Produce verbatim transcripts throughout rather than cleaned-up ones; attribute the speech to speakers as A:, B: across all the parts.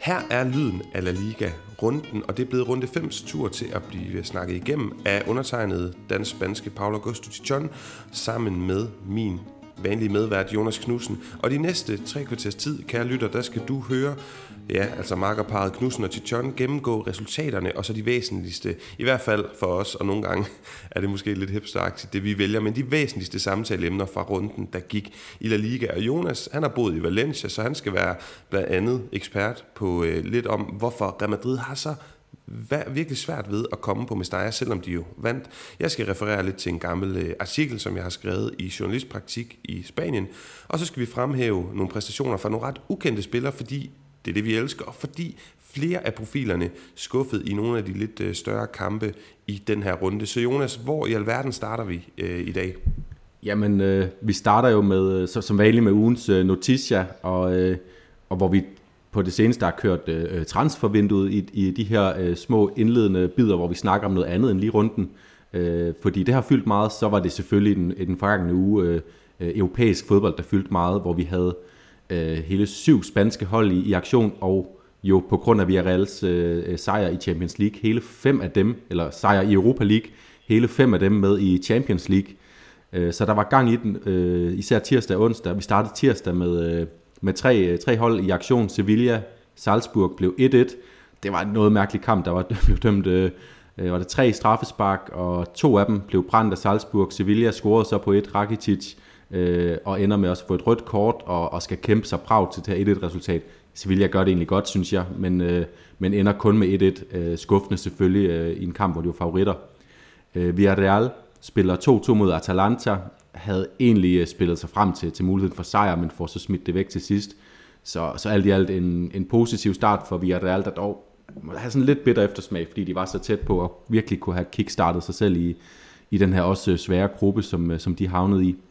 A: Her er lyden af La Liga-runden, og det er blevet runde fems tur til at blive snakket igennem af undertegnede dansk-spanske Paulo Augusto Chichon, sammen med min vanlige medvært Jonas Knudsen. Og de næste tre kvarters tid, kære lytter, der skal du høre, ja, altså makkerparret Knudsen og Chichon gennemgå resultaterne, og så de væsentligste, i hvert fald for os, og nogle gange er det måske lidt hipsteragtigt, det vi vælger, men de væsentligste samtaleemner fra runden, der gik i La Liga. Og Jonas, han har boet i Valencia, så han skal være blandt andet ekspert på øh, lidt om, hvorfor Real Madrid har så virkelig svært ved at komme på Mestalla, selvom de jo vandt. Jeg skal referere lidt til en gammel øh, artikel, som jeg har skrevet i journalistpraktik i Spanien, og så skal vi fremhæve nogle præstationer fra nogle ret ukendte spillere, fordi det er det, vi elsker, og fordi flere af profilerne skuffede i nogle af de lidt øh, større kampe i den her runde. Så Jonas, hvor i alverden starter vi øh, i dag?
B: Jamen, øh, vi starter jo med, så, som vanligt med ugens øh, Notizia, og, øh, og hvor vi på det seneste har kørt øh, transfervinduet i, i de her øh, små indledende bidder, hvor vi snakker om noget andet end lige runden. Øh, fordi det har fyldt meget, så var det selvfølgelig den, i den forgangne uge øh, europæisk fodbold, der fyldte meget, hvor vi havde øh, hele syv spanske hold i, i aktion, og jo på grund af Villarreals øh, sejr i Champions League, hele fem af dem, eller sejr i Europa League, hele fem af dem med i Champions League. Øh, så der var gang i den, øh, især tirsdag og onsdag. Vi startede tirsdag med... Øh, med tre, tre hold i aktion. Sevilla, Salzburg blev et et. Det var en noget mærkelig kamp. Der var blev dømt øh, var det tre straffespark, og to af dem blev brændt af Salzburg. Sevilla scorede så på et, Rakitic, øh, og ender med også at få et rødt kort, og, og skal kæmpe sig prav til det her et et-resultat. Sevilla gør det egentlig godt, synes jeg, men, øh, men ender kun med et et. Øh, skuffende selvfølgelig øh, i en kamp, hvor de var favoritter. Øh, Villarreal spiller to to mod Atalanta, havde egentlig spillet sig frem til, til muligheden for sejr, men får så smidt det væk til sidst. Så, så alt i alt en, en positiv start for Villarreal, der dog havde sådan lidt bitter eftersmag, fordi de var så tæt på at virkelig kunne have kickstartet sig selv i, i den her også svære gruppe, som, som de havnede i.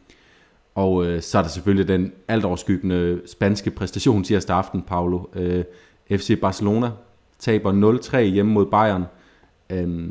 B: Og øh, så er der selvfølgelig den alt overskyggende spanske præstation tirsdag aften, Paulo. Øh, F C Barcelona taber nul tre hjemme mod Bayern. Øh,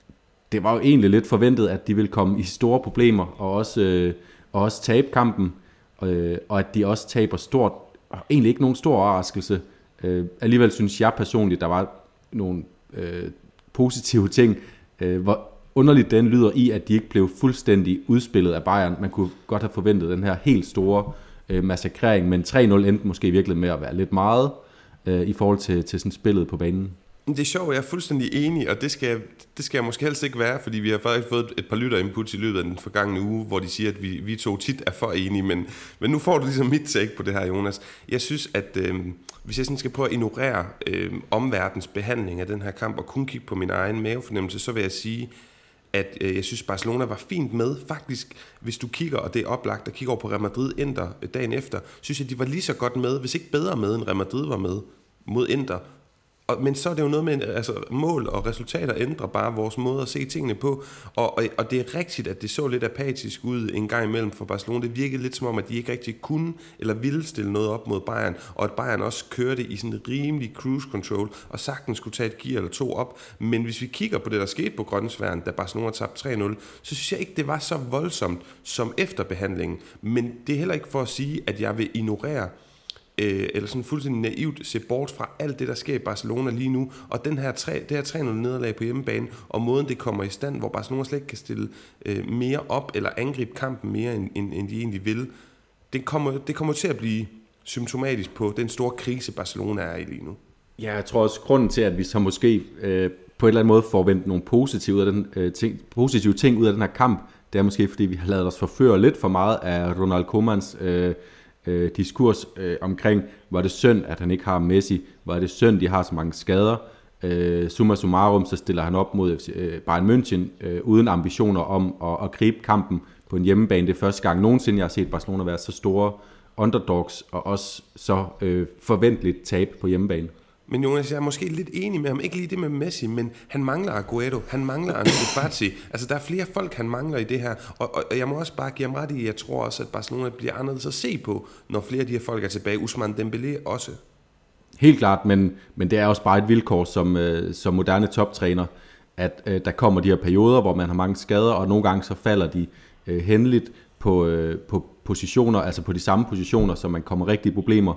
B: Det var jo egentlig lidt forventet, at de ville komme i store problemer, og også, øh, og også tabe kampen, øh, og at de også taber stort, og egentlig ikke nogen stor overraskelse. Øh, alligevel synes jeg personligt, der var nogle øh, positive ting, øh, hvor underligt den lyder i, at de ikke blev fuldstændig udspillet af Bayern. Man kunne godt have forventet den her helt store øh, massakrering, men tre nul endte måske virkelig med at være lidt meget øh, i forhold til, til sådan spillet på banen.
A: Det er sjovt, jeg er fuldstændig enig, og det skal, det skal jeg måske helst ikke være, fordi vi har faktisk fået et par lytterinputs i løbet af den forgangne uge, hvor de siger, at vi, vi to tit er for enige, men, men nu får du ligesom mit take på det her, Jonas. Jeg synes, at øh, hvis jeg sådan skal prøve at ignorere øh, omverdens behandling af den her kamp, og kun kigge på min egen mavefornemmelse, så vil jeg sige, at øh, jeg synes, Barcelona var fint med. Faktisk, hvis du kigger, og det er oplagt, og kigger over på Real Madrid Inter dagen efter, synes jeg, de var lige så godt med, hvis ikke bedre med, end Real Madrid var med mod Inter. Men så er det jo noget med, altså mål og resultater ændrer bare vores måde at se tingene på, og, og, og det er rigtigt, at det så lidt apatisk ud en gang imellem for Barcelona. Det virkede lidt som om, at de ikke rigtig kunne eller ville stille noget op mod Bayern, og at Bayern også kørte i sådan en rimelig cruise control, og sagtens skulle tage et gear eller to op. Men hvis vi kigger på det, der skete på Grønnesværen, da Barcelona tabte tre nul, så synes jeg ikke, det var så voldsomt som efterbehandlingen. Men det er heller ikke for at sige, at jeg vil ignorere eller sådan fuldstændig naivt se bort fra alt det, der sker i Barcelona lige nu, og den her tre, det her tre nul nederlag på hjemmebane, og måden det kommer i stand, hvor Barcelona slet ikke kan stille øh, mere op, eller angribe kampen mere, end, end, end de egentlig vil, det kommer, det kommer til at blive symptomatisk på den store krise, Barcelona er i lige nu.
B: Ja, jeg tror også, grunden til, at vi så måske øh, på en eller anden måde får vendt nogle positive, ud af den, øh, ting, positive ting ud af den her kamp, det er måske, fordi vi har ladet os forføre lidt for meget af Ronald Koemans øh, Øh, diskurs øh, omkring, var det synd, at han ikke har Messi, var det synd, de har så mange skader. Øh, summa summarum, så stiller han op mod øh, Bayern München, øh, uden ambitioner om at, at gribe kampen på en hjemmebane. Det er første gang nogensinde, jeg har set Barcelona være så store underdogs, og også så øh, forventeligt tab på hjemmebane.
A: Men Jonas, jeg er måske lidt enig med ham, ikke lige det med Messi, men han mangler Aguero, han mangler Ansu Fati. Altså, der er flere folk, han mangler i det her, og, og jeg må også bare give ham ret i, jeg tror også, at Barcelona bliver anderledes at se på, når flere af de her folk er tilbage. Ousmane Dembélé også.
B: Helt klart, men, men det er også bare et vilkår som, øh, som moderne toptræner, at øh, der kommer de her perioder, hvor man har mange skader, og nogle gange så falder de øh, hændeligt på, øh, på positioner, altså på de samme positioner, så man kommer rigtig i problemer.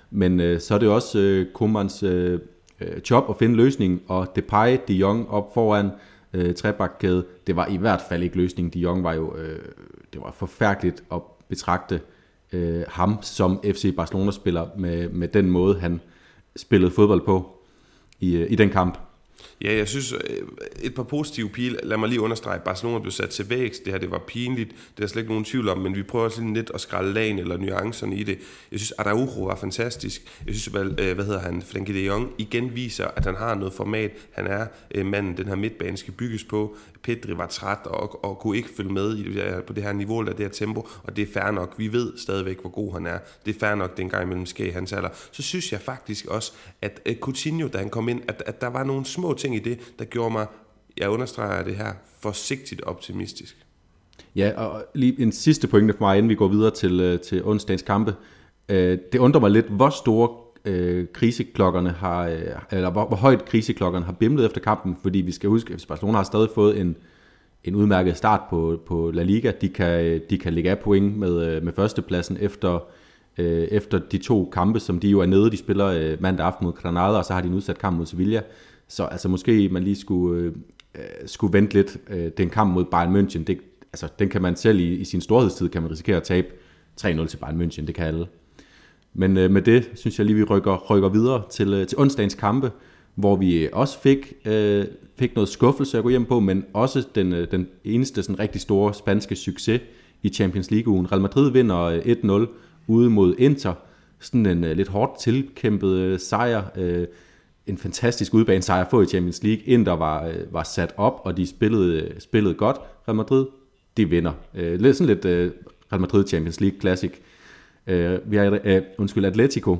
B: Men øh, så er det også øh, Komans øh, job at finde løsningen, og Depay, De Jong op foran øh, trebakkæde, det var i hvert fald ikke løsningen. De Jong var jo, øh, det var forfærdeligt at betragte øh, ham som F C Barcelona-spiller med, med den måde, han spillede fodbold på i, øh, i den kamp.
A: Ja, jeg synes, et par positive pile, lad mig lige understrege, Barcelona blev sat til vækst, det her det var pinligt, det er slet ikke nogen tvivl om, men vi prøver også lidt at skrælle lagen eller nuancerne i det. Jeg synes, Araujo var fantastisk, jeg synes, hvad hedder han, Frenkie de Jong igen viser, at han har noget format, han er manden, den her midtbane skal bygges på. Pedri var træt og, og kunne ikke følge med i det, på det her niveau eller det her tempo, og det er fair nok, vi ved stadigvæk, hvor god han er, det er fair nok, det er en gang imellem sker i hans alder. Så synes jeg faktisk også, at Coutinho, da han kom ind, at, at der var nogle små ting i det, der gjorde mig, jeg understreger det her, forsigtigt optimistisk.
B: Ja, og lige en sidste pointe for mig, inden vi går videre til, til onsdagens kampe. Det undrer mig lidt, hvor store øh, kriseklokkerne har, eller hvor, hvor højt kriseklokkerne har bimlet efter kampen, fordi vi skal huske, at Barcelona har stadig fået en, en udmærket start på, på La Liga. De kan, de kan ligge af point med, med førstepladsen efter, øh, efter de to kampe, som de jo er nede. De spiller øh, mandag aften mod Granada, og så har de en udsat kamp mod Sevilla. Så altså måske man lige skulle, øh, skulle vente lidt. Øh, den kamp mod Bayern München, det, altså, den kan man selv i, i sin storhedstid, kan man risikere at tabe tre nul til Bayern München, det kan alle. Men øh, med det, synes jeg lige, vi rykker, rykker videre til, øh, til onsdagens kampe, hvor vi også fik, øh, fik noget skuffelse at gå hjem på, men også den, øh, den eneste sådan, rigtig store spanske succes i Champions League-ugen. Real Madrid vinder øh, et nul ude mod Inter. Sådan en øh, lidt hårdt tilkæmpet øh, sejr. Øh, en fantastisk udbanesejr at få i Champions League. Inter var, øh, var sat op, og de spillede, øh, spillede godt. Real Madrid, de vinder. Øh, lidt, sådan lidt øh, Real Madrid Champions League Classic. Øh, vi har, øh, undskyld, Atletico.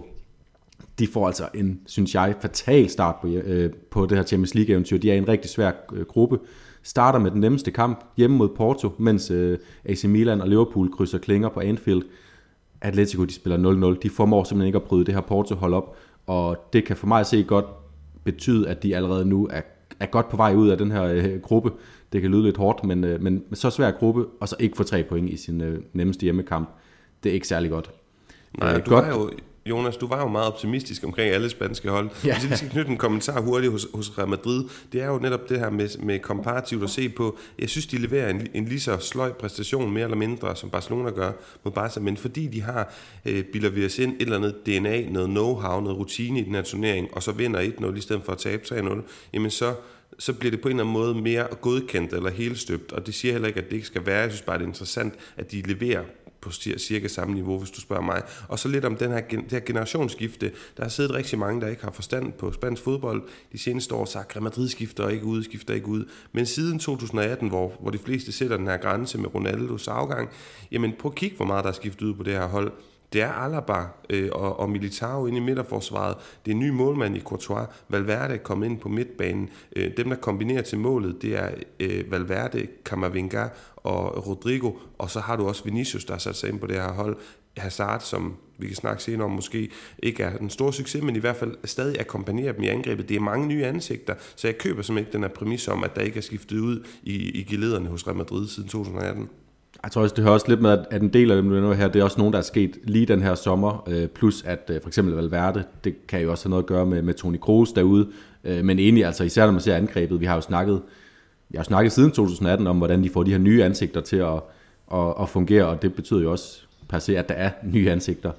B: De får altså en, synes jeg, fatal start på, øh, på det her Champions League-eventyr. De er i en rigtig svær øh, gruppe. Starter med den nemmeste kamp hjemme mod Porto, mens øh, A C Milan og Liverpool krydser klinger på Anfield. Atletico, de spiller nul nul. De formår simpelthen ikke at bryde det her Porto-hold op, og det kan for mig at se godt betyde, at de allerede nu er, er godt på vej ud af den her øh, gruppe. Det kan lyde lidt hårdt, men, øh, men så svær gruppe, og så ikke få tre point i sin øh, nemmeste hjemmekamp. Det er ikke særlig godt.
A: Nej, øh, du godt. Var jo, Jonas, du var jo meget optimistisk omkring alle spanske hold. Ja. Hvis vi skal knytte en kommentar hurtigt hos, hos Real Madrid, det er jo netop det her med, med komparativt at se på. Jeg synes, de leverer en, en lige så sløj præstation, mere eller mindre, som Barcelona gør mod Barca, men fordi de har, øh, bilder vi os ind, et eller andet D N A, noget know-how, noget rutine i den her turnering, og så vinder et nul i stedet for at tabe tre nul, jamen så så bliver det på en eller anden måde mere godkendt eller helstøbt, og det siger heller ikke, at det ikke skal være. Jeg synes bare, det er interessant, at de leverer på cirka samme niveau, hvis du spørger mig. Og så lidt om den her, det her generationsskifte. Der har siddet rigtig mange, der ikke har forstand på spansk fodbold. De seneste år sagt, Real Madrid skifter ikke ud, skifter ikke ud. Men siden to tusind atten, hvor, hvor de fleste sætter den her grænse med Ronaldos afgang, jamen prøv at kigge, hvor meget der er skiftet ud på det her hold. Det er Alaba øh, og, og Militao inde i midterforsvaret. Det er en ny målmand i Courtois. Valverde er kommet ind på midtbanen. Øh, dem, der kombinerer til målet, det er øh, Valverde, Camavinga og Rodrigo. Og så har du også Vinicius, der har sat sig ind på det her hold. Hazard, som vi kan snakke senere om, måske ikke er en stor succes, men i hvert fald stadig akkompagnerer dem i angrebet. Det er mange nye ansigter, så jeg køber simpelthen ikke den her præmis om, at der ikke er skiftet ud i, i gelederne hos Real Madrid siden to tusind atten.
B: Jeg tror også, det hører også lidt med, at en del af dem nu her, det er også nogen, der er sket lige den her sommer, plus at for eksempel Valverde, det kan jo også have noget at gøre med, med Toni Kroos derude, men egentlig altså især når man ser angrebet, vi har jo snakket, vi har jo snakket siden to tusind atten om, hvordan de får de her nye ansigter til at, at, at fungere, og det betyder jo også per se, at der er nye ansigter,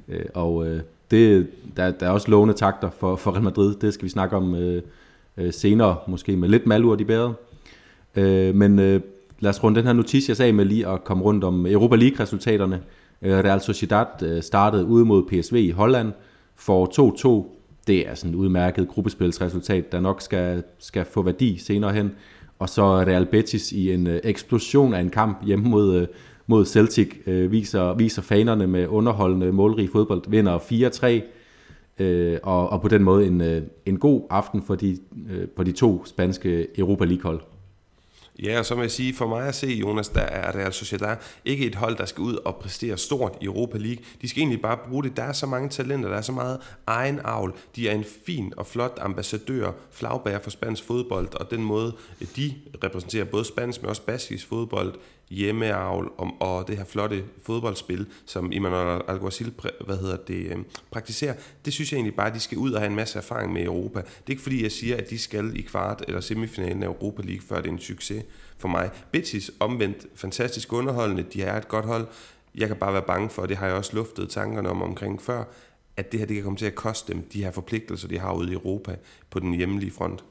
B: og det, der, der er også lovende takter for, for Real Madrid, det skal vi snakke om senere, måske med lidt malurt i bæret, men lad os runde den her noticias af med lige at komme rundt om Europa League-resultaterne. Real Sociedad startede ude mod P S V i Holland for to to. Det er sådan et udmærket gruppespilsresultat, der nok skal, skal få værdi senere hen. Og så Real Betis i en eksplosion af en kamp hjemme mod, mod Celtic viser, viser fanerne med underholdende målrig fodbold, vinder fire tre. Og, og på den måde en, en god aften for de, for de to spanske Europa League-hold.
A: Ja, og så må jeg sige, for mig at se, Jonas, der er Real Sociedad ikke et hold, der skal ud og præstere stort i Europa League. De skal egentlig bare bruge det. Der er så mange talenter, der er så meget egen avl. De er en fin og flot ambassadør, flagbærer for spansk fodbold, og den måde, de repræsenterer både spansk, men også baskisk fodbold, hjemmeavl og, og det her flotte fodboldspil, som Emmanuel Alguacil hvad hedder det, øh, praktiserer, det synes jeg egentlig bare, at de skal ud og have en masse erfaring med i Europa. Det er ikke fordi, jeg siger, at de skal i kvart eller semifinalen af Europa League, før det er en succes for mig. Betis omvendt fantastisk underholdende, de er et godt hold. Jeg kan bare være bange for, og det har jeg også luftet tankerne om omkring før, at det her det kan komme til at koste dem de her forpligtelser, de har ude i Europa på den hjemlige front.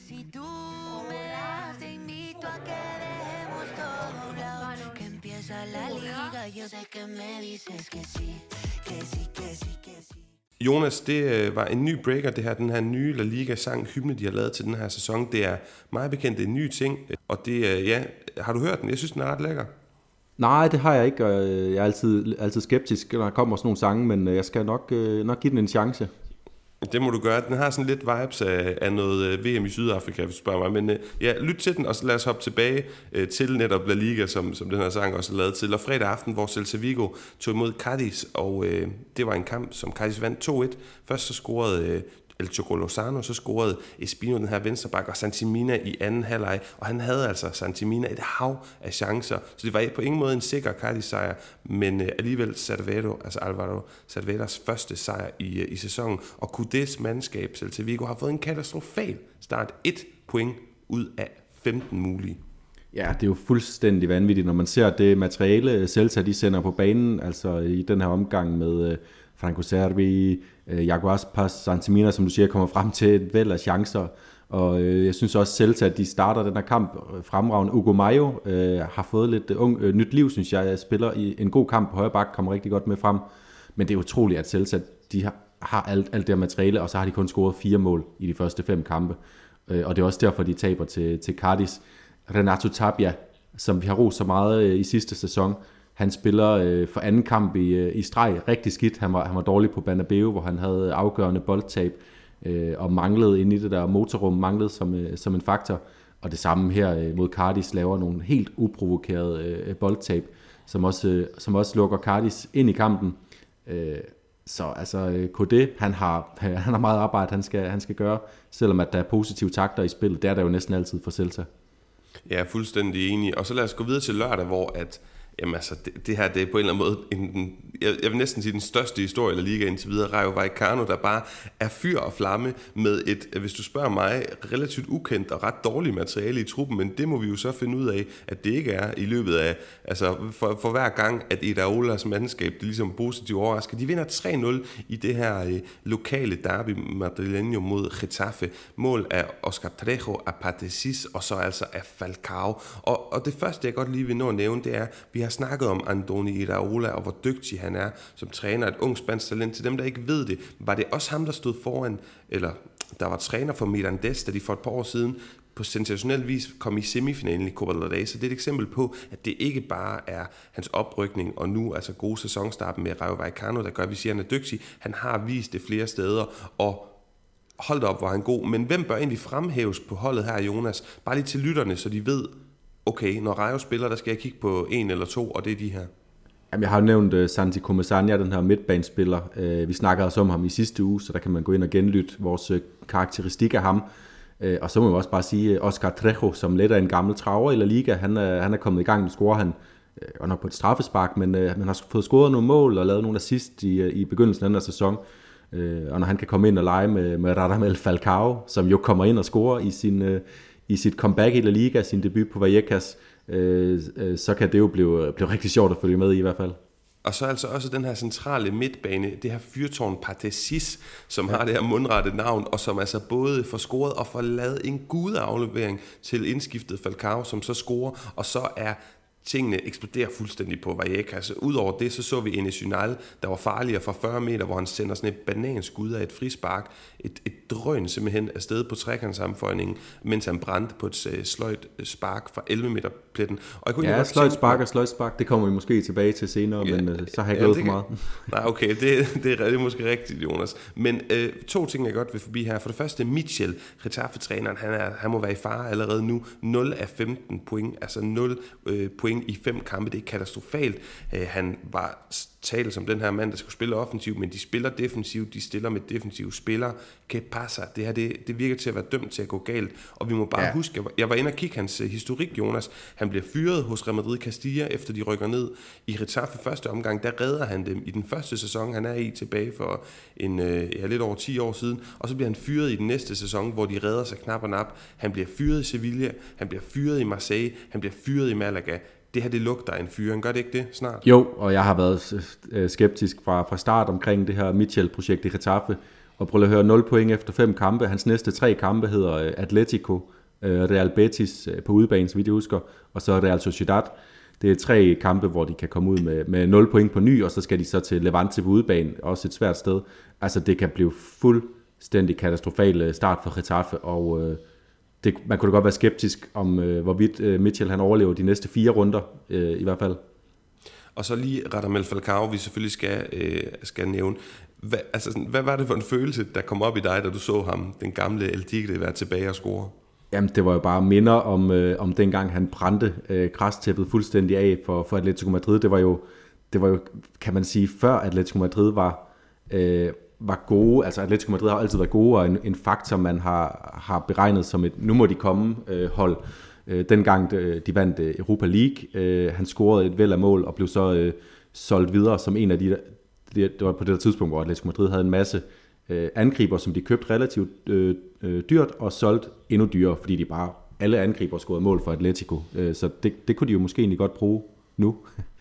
A: Jonas, det var en ny breaker, det her, den her nye La Liga-sang, hymne, de har lavet til den her sæson. Det er meget bekendt, det er en ny ting, og det er, ja, har du hørt den? Jeg synes, den er ret lækker.
B: Nej, det har jeg ikke, og jeg er altid, altid skeptisk, når der kommer sådan nogle sange, men jeg skal nok, nok give den en chance.
A: Det må du gøre. Den har sådan lidt vibes af, af noget V M i Sydafrika, hvis du spørger mig. Men ja, lyt til den, og så lad os hoppe tilbage til netop La Liga, som, som den her sang også er lavet til. Og fredag aften, hvor Celta Vigo tog imod Cadiz, og øh, det var en kamp, som Cadiz vandt to et. Først så scorede øh, El Choco Lozano, så scorede Espino, den her venstreback, og Santi Mina i anden halvleg, og han havde altså Santi Mina et hav af chancer, så det var på ingen måde en sikker Cadiz-sejr, men uh, alligevel Cervero, altså Alvaro Cerveras første sejr i, uh, i sæsonen, og Cudés mandskab, Celta Vigo, har fået en katastrofal start, et point ud af femten mulige.
B: Ja, det er jo fuldstændig vanvittigt, når man ser det materiale, Celta de sender på banen, altså i den her omgang med uh, Franco Cervi, Iago Aspas, Santi Mina, som du siger, kommer frem til et væld af chancer, og øh, jeg synes også Celta, at de starter den her kamp fremragende. Ugo Mayo øh, har fået lidt ung, øh, nyt liv, synes jeg. Jeg spiller i en god kamp på højre bak, kommer rigtig godt med frem, men det er utroligt, at Celta, de har, har alt, alt det her materiale, og så har de kun scoret fire mål i de første fem kampe, øh, og det er også derfor, de taber til, til Cadiz. Renato Tapia, som vi har rost så meget øh, i sidste sæson, han spiller øh, for anden kamp i, øh, i streg rigtig skidt. Han var, han var dårlig på Bernabeu, hvor han havde afgørende boldtab øh, og manglede inde i det der motorrum, manglede som, øh, som en faktor. Og det samme her øh, mod Cadiz laver nogle helt uprovokerede øh, boldtab, som også, øh, som også lukker Cadiz ind i kampen. Øh, så altså øh, Cudé, han har, han har meget arbejde, han skal, han skal gøre, selvom at der er positive takter i spillet. Det er der jo næsten altid for Celta.
A: Jeg er fuldstændig enig. Og så lad os gå videre til lørdag, hvor at Jamen altså, det, det her, det er på en eller anden måde, en, jeg, jeg vil næsten sige den største historie, der ligger indtil videre, Rayo Vallecano, der bare er fyr og flamme med et, hvis du spørger mig, relativt ukendt og ret dårligt materiale i truppen, men det må vi jo så finde ud af, at det ikke er i løbet af, altså for, for hver gang, at Iraolas mandskab, det er ligesom positivt overrasker, de vinder tre nul i det her øh, lokale derby madrileño mod Getafe, mål af Oscar Trejo, af Patesis, og så altså af Falcao, og, og det første, jeg godt lige vil nå at nævne, det er, vi har snakket om Andoni Iraola, og hvor dygtig han er som træner, et ung spansk talent. Til dem, der ikke ved det, var det også ham, der stod foran, eller der var træner for Mirandes, da de for et par år siden på sensationel vis kom i semifinalen i Copa del Rey. Så det er et eksempel på, at det ikke bare er hans oprykning, og nu altså gode sæsonstart med Rayo Vallecano, der gør, at vi siger, at han er dygtig. Han har vist det flere steder, og hold op, hvor han god. Men hvem bør egentlig fremhæves på holdet her, Jonas? Bare lige til lytterne, så de ved, okay, når Rayo spiller, der skal jeg kigge på en eller to, og det er de her.
B: Jamen, jeg har jo nævnt uh, Santi Comesaña, den her midtbanespiller. Uh, vi snakkede også om ham i sidste uge, så der kan man gå ind og genlytte vores uh, karakteristik af ham. Uh, og så må jeg også bare sige, uh, Oscar Trejo, som lidt er en gammel traver i La Liga, han, uh, han er kommet i gang, nu scorer han uh, og nok på et straffespark, men uh, man har fået scoret nogle mål og lavet nogle assist i, uh, i begyndelsen af den her sæson. Uh, og når han kan komme ind og lege med, med Radamel Falcao, som jo kommer ind og scorer i sin... Uh, i sit comeback i La Liga, sin debut på Vallecas, øh, øh, så kan det jo blive, blive rigtig sjovt at følge med i i hvert fald.
A: Og så altså også den her centrale midtbane, det her fyrtårn Patesis, som ja. har det her mundrette navn, og som altså både får scoret og får lavet en gudeaflevering til indskiftet Falcao, som så scorer, og så er tingene eksploderer fuldstændig på Vallecas. Udover det, så så vi Enes Ünal, der var farligere fra fyrre meter, hvor han sender sådan et bananskud af et frispark, et, et drøn simpelthen afsted på trekantssammenføjningen, mens han brændte på et uh, sløjt spark fra elleve meter pletten. Og jeg kunne
B: ja, sløjt spark og sløjt spark, det kommer vi måske tilbage til senere, ja, men uh, så har jeg glædet ja, for meget.
A: Nej, okay, det, det, er, det er måske rigtigt, Jonas. Men uh, to ting, jeg godt vil forbi her. For det første, Mitchell, Getafe-træneren, han, er, han må være i fare allerede nu. nul af femten point, altså nul uh, point i fem kampe, det er katastrofalt. Uh, han var tale som den her mand, der skulle spille offensivt, men de spiller defensivt, de stiller med defensive spillere. Que pasa? Det her, det, det virker til at være dømt til at gå galt, og vi må bare ja. huske, jeg var, jeg var inde og kigge hans uh, historik, Jonas. Han bliver fyret hos Real Madrid Castilla, efter de rykker ned i Getafe første omgang. Der redder han dem i den første sæson, han er i tilbage for en, uh, ja, lidt over ti år siden, og så bliver han fyret i den næste sæson, hvor de redder sig knap og nap. Han bliver fyret i Sevilla, han bliver fyret i Marseille, han bliver fyret i Malaga. Det her, det lugter af en fyring. Gør det ikke det snart?
B: Jo, og jeg har været skeptisk fra, fra start omkring det her Mitchell-projekt i Getafe. Og prøv at høre, nul point efter fem kampe. Hans næste tre kampe hedder Atletico, Real Betis på udebane, så vidt jeg husker, og så Real Sociedad. Det er tre kampe, hvor de kan komme ud med, med nul point på ny, og så skal de så til Levante på udebane, også et svært sted. Altså, det kan blive fuldstændig katastrofal start for Getafe, og det, man kunne da godt være skeptisk om, øh, hvorvidt øh, Mitchell han overlever de næste fire runder, øh, i hvert fald.
A: Og så lige Radamel Falcao, vi selvfølgelig skal, øh, skal nævne. Hvad, altså, sådan, hvad var det for en følelse, der kom op i dig, da du så ham, den gamle El Tigre, være tilbage og score?
B: Jamen, det var jo bare minder om, øh, om dengang han brændte øh, græstæppet fuldstændig af for, for Atletico Madrid. Det var, jo, det var jo, kan man sige, før Atletico Madrid var... Øh, var gode, altså Atletico Madrid har altid været gode, og en, en faktor, man har, har beregnet som et, nu må de komme øh, hold. Øh, dengang de, de vandt Europa League, øh, han scorede et væld af mål, og blev så øh, solgt videre som en af de, det var på det der tidspunkt, hvor Atletico Madrid havde en masse øh, angriber, som de købte relativt øh, øh, dyrt, og solgt endnu dyrere, fordi de bare, alle angriber scorede mål for Atletico, øh, så det, det kunne de jo måske egentlig godt bruge nu.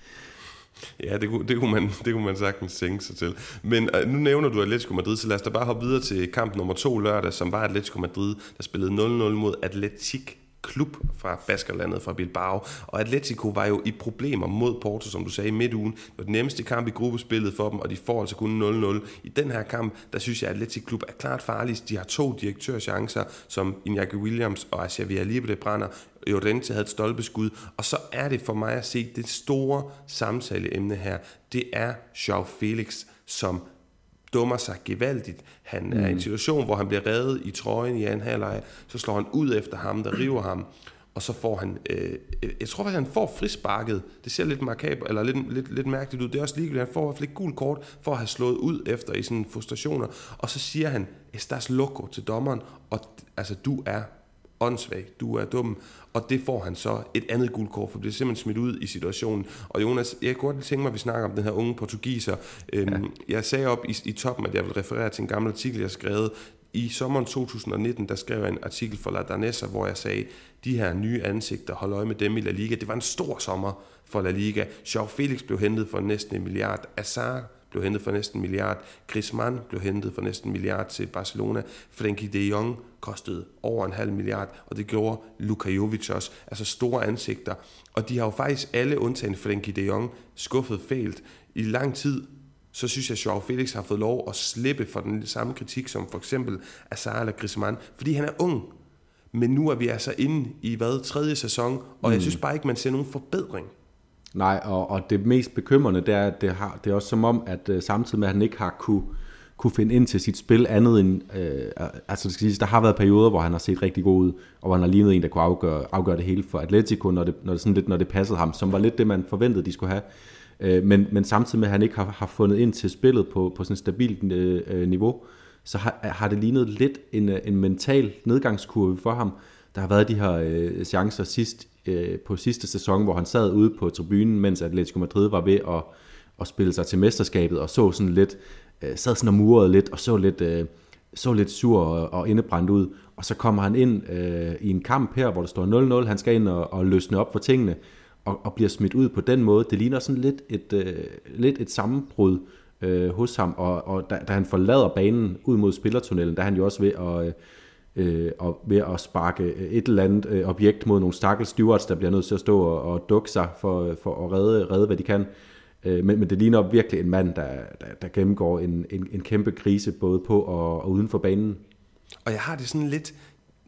A: Ja, det kunne, det, kunne man, det kunne man sagtens tænke sig til. Men øh, nu nævner du Atletico Madrid, så lad os da bare hoppe videre til kamp nummer to lørdag, som var Atletico Madrid, der spillede nul nul mod Athletic Klub fra Baskerlandet, fra Bilbao. Og Atletico var jo i problemer mod Porto, som du sagde, i midtugen. Det var den nemmeste kamp i gruppespillet for dem, og de får altså kun nul nul. I den her kamp, der synes jeg, at Athletic Klub er klart farligst. De har to direktørchancer, som Iñaki Williams og Xavier Libre brænder. Llorente havde et stolpeskud, og så er det for mig at se det store samtaleemne her. Det er João Felix, som dummer sig gevaldigt. Han mm. er i en situation, hvor han bliver reddet i trøjen i anden halvleg, så slår han ud efter ham, der river ham, og så får han, øh, jeg tror faktisk, han får frisparket. Det ser lidt makaber, eller lidt, lidt, lidt mærkeligt ud. Det er også ligegyldigt. Han får i hvert fald et gult kort for at have slået ud efter i sådan frustrationer, og så siger han, estás loco til dommeren, og altså, du er åndssvag, du er dum, og det får han så et andet guldkort, for det er simpelthen smidt ud i situationen. Og Jonas, jeg kunne godt tænke mig, at vi snakker om den her unge portugiser. Ja. Jeg sagde op i, i toppen, at jeg vil referere til en gammel artikel, jeg har skrevet. I sommeren to tusind nitten, der skrev jeg en artikel for La Danesa, hvor jeg sagde, de her nye ansigter, hold øje med dem i La Liga. Det var en stor sommer for La Liga. João Felix blev hentet for næsten en milliard. Azar blev hentet for næsten en milliard. Griezmann blev hentet for næsten en milliard til Barcelona. Frenkie de Jong kostede over en halv milliard, og det gjorde Luka Jovic også. Altså store ansigter. Og de har jo faktisk alle undtagen Frenkie de Jong skuffet fælt i lang tid. Så synes jeg, at João Felix har fået lov at slippe for den samme kritik, som for eksempel Azar eller Griezmann, fordi han er ung. Men nu er vi altså inde i hvad, tredje sæson, og mm. jeg synes bare ikke, man ser nogen forbedring.
B: Nej, og, og det mest bekymrende, det er, at det, har, det er også som om, at uh, samtidig med, at han ikke har kunne, kunne finde ind til sit spil andet end, uh, altså det skal siges, der har været perioder, hvor han har set rigtig god ud, og hvor han har lignet en, der kunne afgøre, afgøre det hele for Atletico, når det, når det, sådan lidt, når det passede ham, som var lidt det, man forventede, de skulle have. Uh, men, men samtidig med, at han ikke har, har fundet ind til spillet på, på sådan et stabilt uh, niveau, så har, har det lignet lidt en, en mental nedgangskurve for ham. Der har været de her øh, chancer sidst, øh, på sidste sæson, hvor han sad ude på tribunen, mens Atletico Madrid var ved at, at spille sig til mesterskabet, og så sådan lidt, øh, sad sådan og murede lidt, og så lidt, øh, så lidt sur og, og indebrændt ud. Og så kommer han ind øh, i en kamp her, hvor der står nul nul, han skal ind og, og løsne op for tingene, og, og bliver smidt ud på den måde. Det ligner sådan lidt et, øh, lidt et sammenbrud øh, hos ham, og, og da, da han forlader banen ud mod spillertunnelen, der er han jo også ved at... Øh, Øh, og ved at sparke et eller andet øh, objekt mod nogle stakkels stewards, der bliver nødt til at stå og, og dukke sig for, for at redde, redde, hvad de kan. Øh, men, men det ligner virkelig en mand, der, der, der gennemgår en, en, en kæmpe krise, både på og, og uden for banen.
A: Og jeg har det sådan lidt,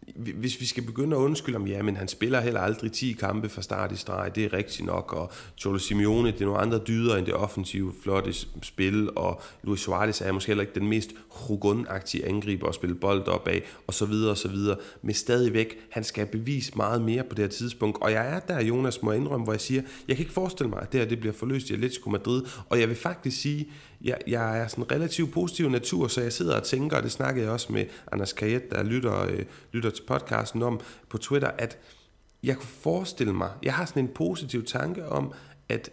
A: hvis vi skal begynde at undskylde om, ja, men han spiller heller aldrig ti kampe fra start i streg, det er rigtigt nok, og Cholo Simeone, det er nogle andre dyder end det offensive, flotte spil, og Luis Suarez er måske heller ikke den mest Hugon-agtige angriber at spille bold op af, og så videre, og så videre, men stadigvæk, han skal bevise meget mere på det her tidspunkt, og jeg er der, Jonas, må jeg indrømme, hvor jeg siger, jeg kan ikke forestille mig, at det her det bliver forløst i Atletico Madrid, og jeg vil faktisk sige, jeg, jeg er sådan relativt positiv natur, så jeg sidder og tænker, og det snakkede jeg også med Anders Kajet, der lytter, øh, lytter til podcasten om på Twitter, at jeg kunne forestille mig, jeg har sådan en positiv tanke om, at,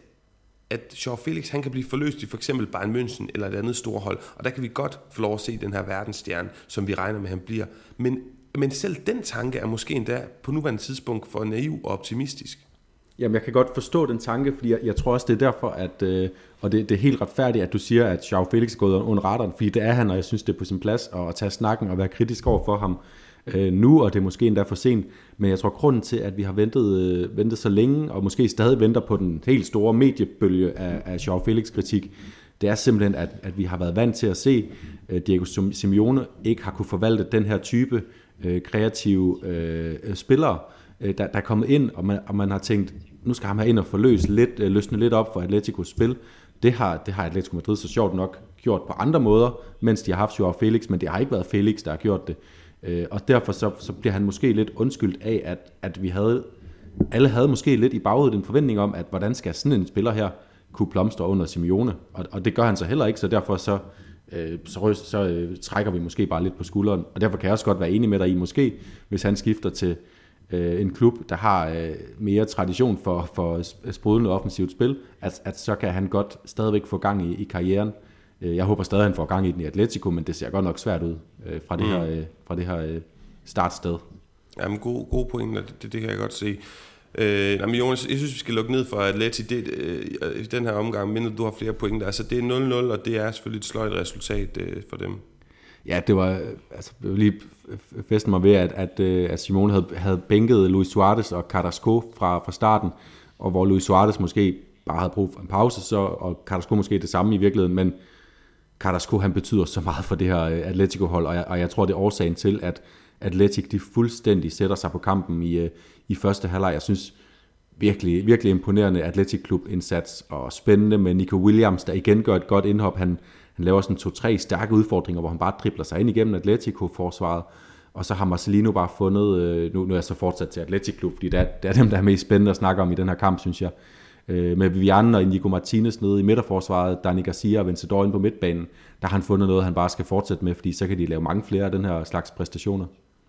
A: at João Felix, han kan blive forløst i for eksempel Bayern München eller et andet storhold, og der kan vi godt få lov at se den her verdensstjerne, som vi regner med, han bliver. Men, men selv den tanke er måske endda på nuværende tidspunkt for naiv og optimistisk.
B: Jamen, jeg kan godt forstå den tanke, fordi jeg, jeg tror også, det er derfor, at, øh, og det, det er helt retfærdigt, at du siger, at João Felix er gået under radaren, fordi det er han, og jeg synes, det er på sin plads at, at tage snakken og være kritisk over for ham øh, nu, og det er måske endda for sent. Men jeg tror, grunden til, at vi har ventet, øh, ventet så længe, og måske stadig venter på den helt store mediebølge af, af João Felix kritik, det er simpelthen, at, at vi har været vant til at se, øh, Diego Simeone ikke har kunne forvalte den her type øh, kreative øh, spillere, øh, der, der er kommet ind, og man, og man har tænkt, nu skal han have ind og forløse lidt, øh, løsne lidt op for Atleticos spil. Det har, det har Atletico Madrid så sjovt nok gjort på andre måder, mens de har haft João Felix, men det har ikke været Felix, der har gjort det. Øh, og derfor så, så bliver han måske lidt undskyldt af, at, at vi havde, alle havde måske lidt i baghovedet en forventning om, at hvordan skal sådan en spiller her kunne blomstre under Simeone, og, og det gør han så heller ikke, så derfor så, øh, så, så øh, trækker vi måske bare lidt på skulderen, og derfor kan jeg også godt være enig med dig i, måske, hvis han skifter til øh, en klub, der har øh, mere tradition for, for sprudlende offensivt spil, at, at så kan han godt stadigvæk få gang i, i karrieren. Jeg håber stadig, at han får gang i den i Atletico, men det ser godt nok svært ud øh, fra, det mm. her, øh, fra det her øh, startsted.
A: Jamen, god, god point, det, det, det kan jeg godt se. Øh, jamen Jonas, jeg synes, vi skal lukke ned for Atleti. Det, øh, i den her omgang, mindre du har flere pointer. Altså, det er nul nul, og det er selvfølgelig et sløjt resultat øh, for dem.
B: Ja, det var, altså, jeg vil lige fæste mig ved, at, at, at Simeone havde, havde bænket Luis Suarez og Carrasco fra, fra starten, og hvor Luis Suarez måske bare havde brug for en pause, så, og Carrasco måske det samme i virkeligheden, men Carrasco, han betyder så meget for det her Atletico-hold, og jeg, og jeg tror, det er årsagen til, at Atletic, de fuldstændig sætter sig på kampen i, i første halvleg. Jeg synes virkelig, virkelig imponerende Atletic-klub-indsats, og spændende med Nico Williams, der igen gør et godt indhop. Han, han laver sådan to-tre stærke udfordringer, hvor han bare dribler sig ind igennem Atletico-forsvaret, og så har Marcelino bare fundet, nu, nu er jeg så fortsat til Atletic-klub, fordi det er, det er dem, der er mest spændende at snakke om i den her kamp, synes jeg. Med Vivian og Inigo Martinez nede i midterforsvaret, Dani Garcia og Vencedor inde på midtbanen, der har han fundet noget, han bare skal fortsætte med, fordi så kan de lave mange flere af den her slags præstationer.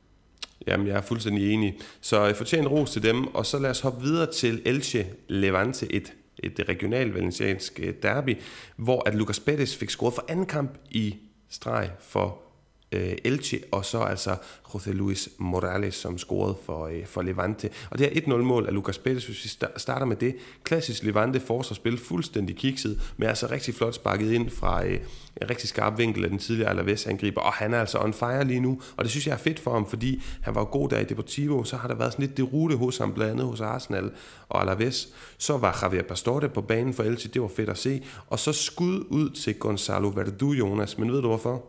A: Jamen, jeg er fuldstændig enig. Så jeg fortjener ros til dem, og så lad os hoppe videre til Elche Levante, et, et regional valenciansk derby, hvor at Lucas Perez fik scoret for anden kamp i streg for Elche, og så altså José Luis Morales, som scorede for, for Levante. Og det er et nul mål af Lucas Perez, hvis vi starter med det. Klassisk Levante forsvarsspil, fuldstændig kikset, men altså rigtig flot sparket ind fra øh, en rigtig skarp vinkel af den tidligere Alaves-angriber, og han er altså on fire lige nu, og det synes jeg er fedt for ham, fordi han var god der i Deportivo, så har der været sådan lidt det rute hos ham, blandt andet hos Arsenal og Alaves. Så var Javier Pastore på banen for Elche, det var fedt at se, og så skud ud til Gonzalo Verdu, Jonas, men ved du hvorfor?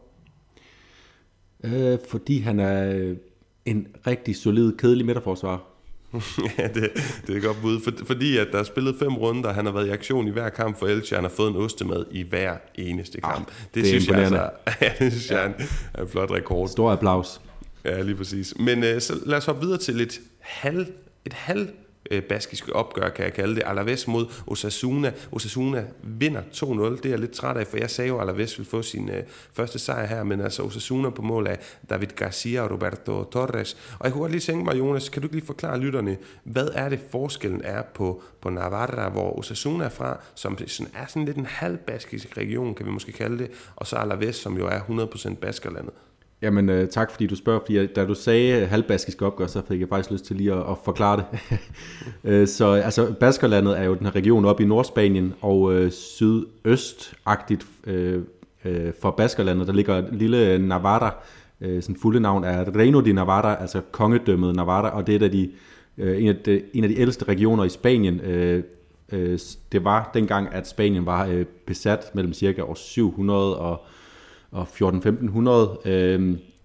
B: Øh, fordi han er en rigtig solid, kedelig midterforsvarer.
A: Ja, det, det er godt bud. For, fordi at der er spillet fem runder, han har været i aktion i hver kamp for Elche, han har fået en ostemad i hver eneste kamp. Ah, det, det synes jeg altså, ja, det synes jeg er en flot rekord.
B: Stor applaus.
A: Ja, lige præcis. Men øh, så lad os hoppe videre til et halv, et halv øh, baskisk opgør, kan jeg kalde det. Alaves mod Osasuna. Osasuna vinder to nul. Det er jeg lidt træt af, for jeg sagde jo, at Alaves ville få sin øh, første sejr her, men altså Osasuna på mål af David Garcia og Roberto Torres. Og jeg kunne godt lige tænke mig, Jonas, kan du ikke lige forklare lytterne, hvad er det forskellen er på, på Navarra, hvor Osasuna er fra, som sådan, er sådan lidt en halv baskisk region, kan vi måske kalde det, og så Alaves, som jo er hundrede procent baskerlandet.
B: Jamen øh, tak fordi du spørger, fordi da du sagde halvbaskisk opgør, så fik jeg faktisk lyst til lige at, at forklare det. Så altså Baskerlandet er jo den her region oppe i Nordspanien, og øh, sydøstagtigt øh, øh, for Baskerlandet, der ligger et lille Navarra, øh, sådan fulde navn er Reino de Navarra, altså kongedømmet Navarra, og det er et af de, øh, en, af de, en af de ældste regioner i Spanien. Øh, øh, det var dengang, at Spanien var øh, besat mellem cirka år syv hundrede og og fjorten femten hundrede. Øh,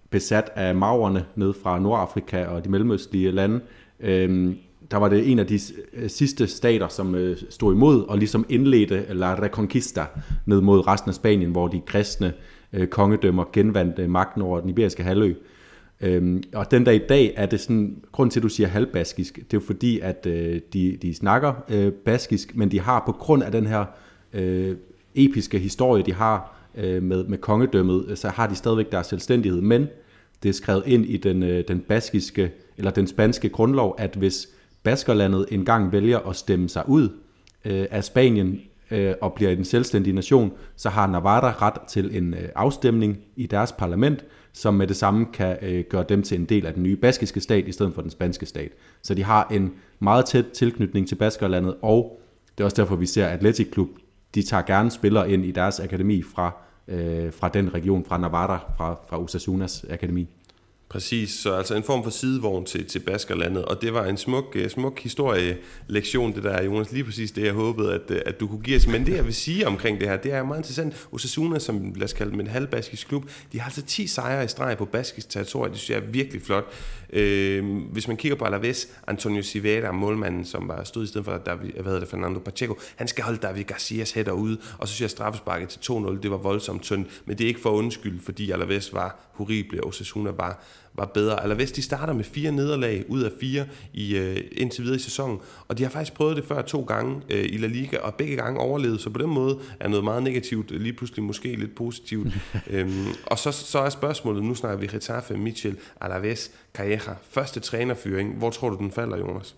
B: besat af maurerne ned fra Nordafrika og de mellemøstlige lande. Øhm, der var det en af de sidste stater, som øh, stod imod og ligesom indledte La Reconquista ned mod resten af Spanien, hvor de kristne øh, kongedømmer genvandt øh, magten over den iberiske halvø. Øhm, og den dag i dag er det sådan, grund til at du siger halvbaskisk, det er jo fordi at øh, de, de snakker øh, baskisk, men de har på grund af den her øh, episke historie de har øh, med, med kongedømmet, så har de stadigvæk deres selvstændighed, men det er skrevet ind i den, øh, den baskiske eller den spanske grundlov, at hvis Baskerlandet engang vælger at stemme sig ud øh, af Spanien øh, og bliver en selvstændig nation, så har Navarra ret til en øh, afstemning i deres parlament, som med det samme kan øh, gøre dem til en del af den nye baskiske stat, i stedet for den spanske stat. Så de har en meget tæt tilknytning til Baskerlandet, og det er også derfor, vi ser Athletic Club, de tager gerne spillere ind i deres akademi fra, øh, fra den region, fra Navarra, fra, fra Osasunas akademi.
A: Præcis, så altså en form for sidevogn til, til Baskerlandet, og det var en smuk, smuk historielektion, det der, Jonas, lige præcis det, jeg håbede, at, at du kunne give os. Men det, jeg vil sige omkring det her, det er meget interessant. Osasuna, som lad os kalde dem en halvbaskisk klub, de har altså ti sejre i streg på baskisk territorium, det synes jeg er virkelig flot. Øh, hvis man kigger på Alaves, Antonio Silveira, målmanden, som var stod i stedet for David, hvad hedder det, Fernando Pacheco, han skal holde David Garcias hætter ude, og så synes jeg, straffesparket til to nul, det var voldsomt tyndt, men det er ikke for undskyld, fordi Alaves var horrible, og Osasuna var var bedre. Alaves, de starter med fire nederlag ud af fire i, øh, indtil videre i sæsonen, og de har faktisk prøvet det før to gange øh, i La Liga, og begge gange overlevet, så på den måde er noget meget negativt, lige pludselig måske lidt positivt. øhm, og så, så er spørgsmålet, nu snakker vi Getafe, Michel, Alaves, Calleja, første trænerfyring. Hvor tror du, den falder, Jonas?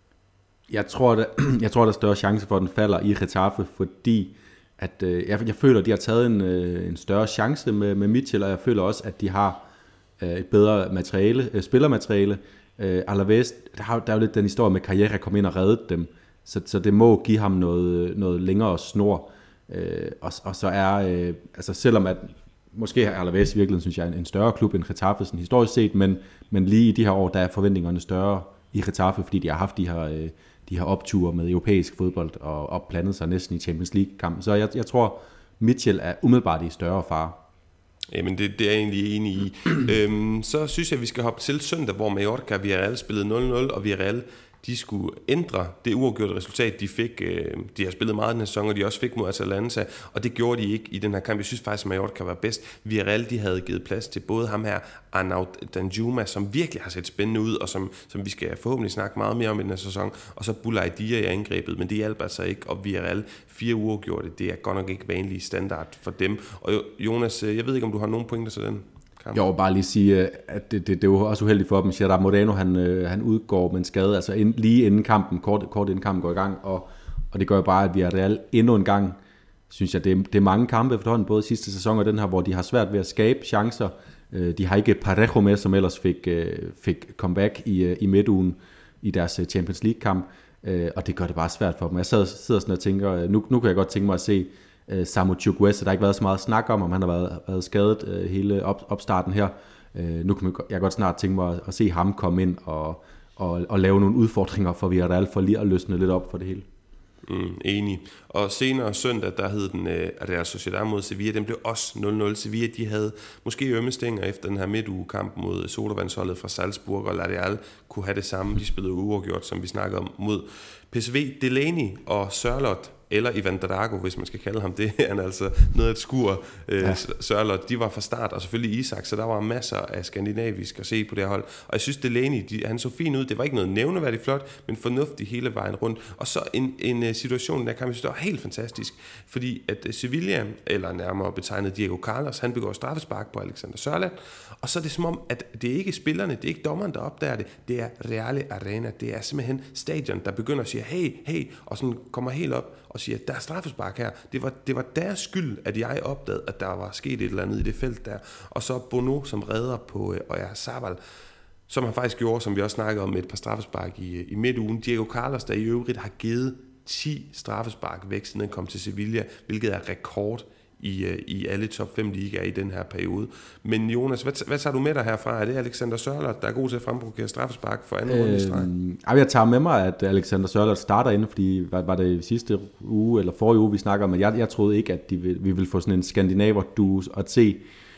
B: Jeg tror, der, jeg tror, der er større chance for, at den falder i Getafe, fordi at, øh, jeg, jeg føler, at de har taget en, øh, en større chance med, med Michel, og jeg føler også, at de har et bedre materiale, spillermateriale. Alaves, der, har, der er jo lidt den historie med, at Calleja kom ind og reddede dem, så, så det må give ham noget, noget længere snor. Og, og så er, altså selvom at, måske er Alaves i virkeligheden, synes jeg, en større klub end Getafe, sådan historisk set, men, men lige i de her år, der er forventningerne større i Getafe, fordi de har haft de her, de her opture med europæisk fodbold, og opplandet sig næsten i Champions League-kampen. Så jeg, jeg tror, Michel er umiddelbart i større fare.
A: Jamen, det, det er jeg egentlig enig i. øhm, så synes jeg, at vi skal hoppe til søndag, hvor Mallorca og Villarreal spillede nul nul, og Villarreal, de skulle ændre det uafgjorte resultat, de fik. Øh, de har spillet meget den her sæson, og de også fik mod Atalanta, og det gjorde de ikke i den her kamp. Jeg synes faktisk, at Mallorca var bedst. Villarreal, de havde givet plads til både ham her, Arnaud Danjuma, som virkelig har set spændende ud, og som, som vi skal forhåbentlig snakke meget mere om i den her sæson, og så Boulaye Dia i angrebet, men det hjalp altså ikke, og Villarreal, fire uafgjorte, det er godt nok ikke vanlig standard for dem. Og Jonas, jeg ved ikke, om du har nogen pointer til den?
B: Jeg vil bare lige sige, at det, det, det er jo også uheldigt for dem. Gerard Moreno, han, han udgår med en skade, altså ind, lige inden kampen, kort, kort inden kampen går i gang, og, og det gør bare, at vi er reelt endnu en gang, synes jeg, det er, det er mange kampe efterhånden, både sidste sæson og den her, hvor de har svært ved at skabe chancer. De har ikke Parejo med, som ellers fik, fik comeback i, i midtugen i deres Champions League-kamp, og det gør det bare svært for dem. Jeg sidder, sidder sådan og tænker, nu, nu kan jeg godt tænke mig at se Samu Chukwueze, der har ikke været så meget snak om, om han har været, været skadet uh, hele op, opstarten her. Uh, nu kan jeg godt snart tænke mig at, at se ham komme ind og, og, og lave nogle udfordringer for Villarreal, for lige at løsne lidt op for det hele.
A: Mm, enig. Og senere søndag, der hed den uh, Real Sociedad mod Sevilla, den blev også nul nul. Sevilla, de havde måske ømme stænger efter den her midtugekamp mod sodavandsholdet fra Salzburg, og Real kunne have det samme. De spillede uafgjort, som vi snakkede om, mod P S V. Delaney og Sørloth, eller Ivan Drago, hvis man skal kalde ham det, han er altså noget af et skur, øh, ja. Sørloth, de var fra start, og selvfølgelig Isak, så der var masser af skandinavisk at se på det her hold, og jeg synes, Delaney, de, han så fin ud, det var ikke noget nævneværdigt flot, men fornuftigt hele vejen rundt, og så en, en situation, der kan man synes, det var helt fantastisk, fordi at Sevilla, eller nærmere betegnet Diego Carlos, han begår straffespark på Alexander Sørloth, og så er det som om, at det er ikke spillerne, det er ikke dommeren, der opdager det, det er Reale Arena, det er simpelthen stadion, der begynder at sige, hey, hey, og sådan kommer helt op, og siger, at der er straffespark her. Det var, det var deres skyld, at jeg opdagede, at der var sket et eller andet i det felt der. Og så Bono, som redder på øh, Oyarzabal, som han faktisk gjorde, som vi også snakkede om, med et par straffespark i, i midtugen. Diego Carlos, der i øvrigt har givet ti straffespark væk, siden han kom til Sevilla, hvilket er rekord i, i alle top fem ligaer i den her periode. Men Jonas, hvad, hvad tager du med dig herfra? Er det Alexander Sørloth, der er god til at fremprovokere straffespark for anden runde i streg?
B: Øh, jeg tager med mig, at Alexander Sørloth starter inde, fordi var, var det sidste uge, eller forrige uge, vi snakker om, at jeg, jeg troede ikke, at de vil, vi ville få sådan en skandinaver-duo at se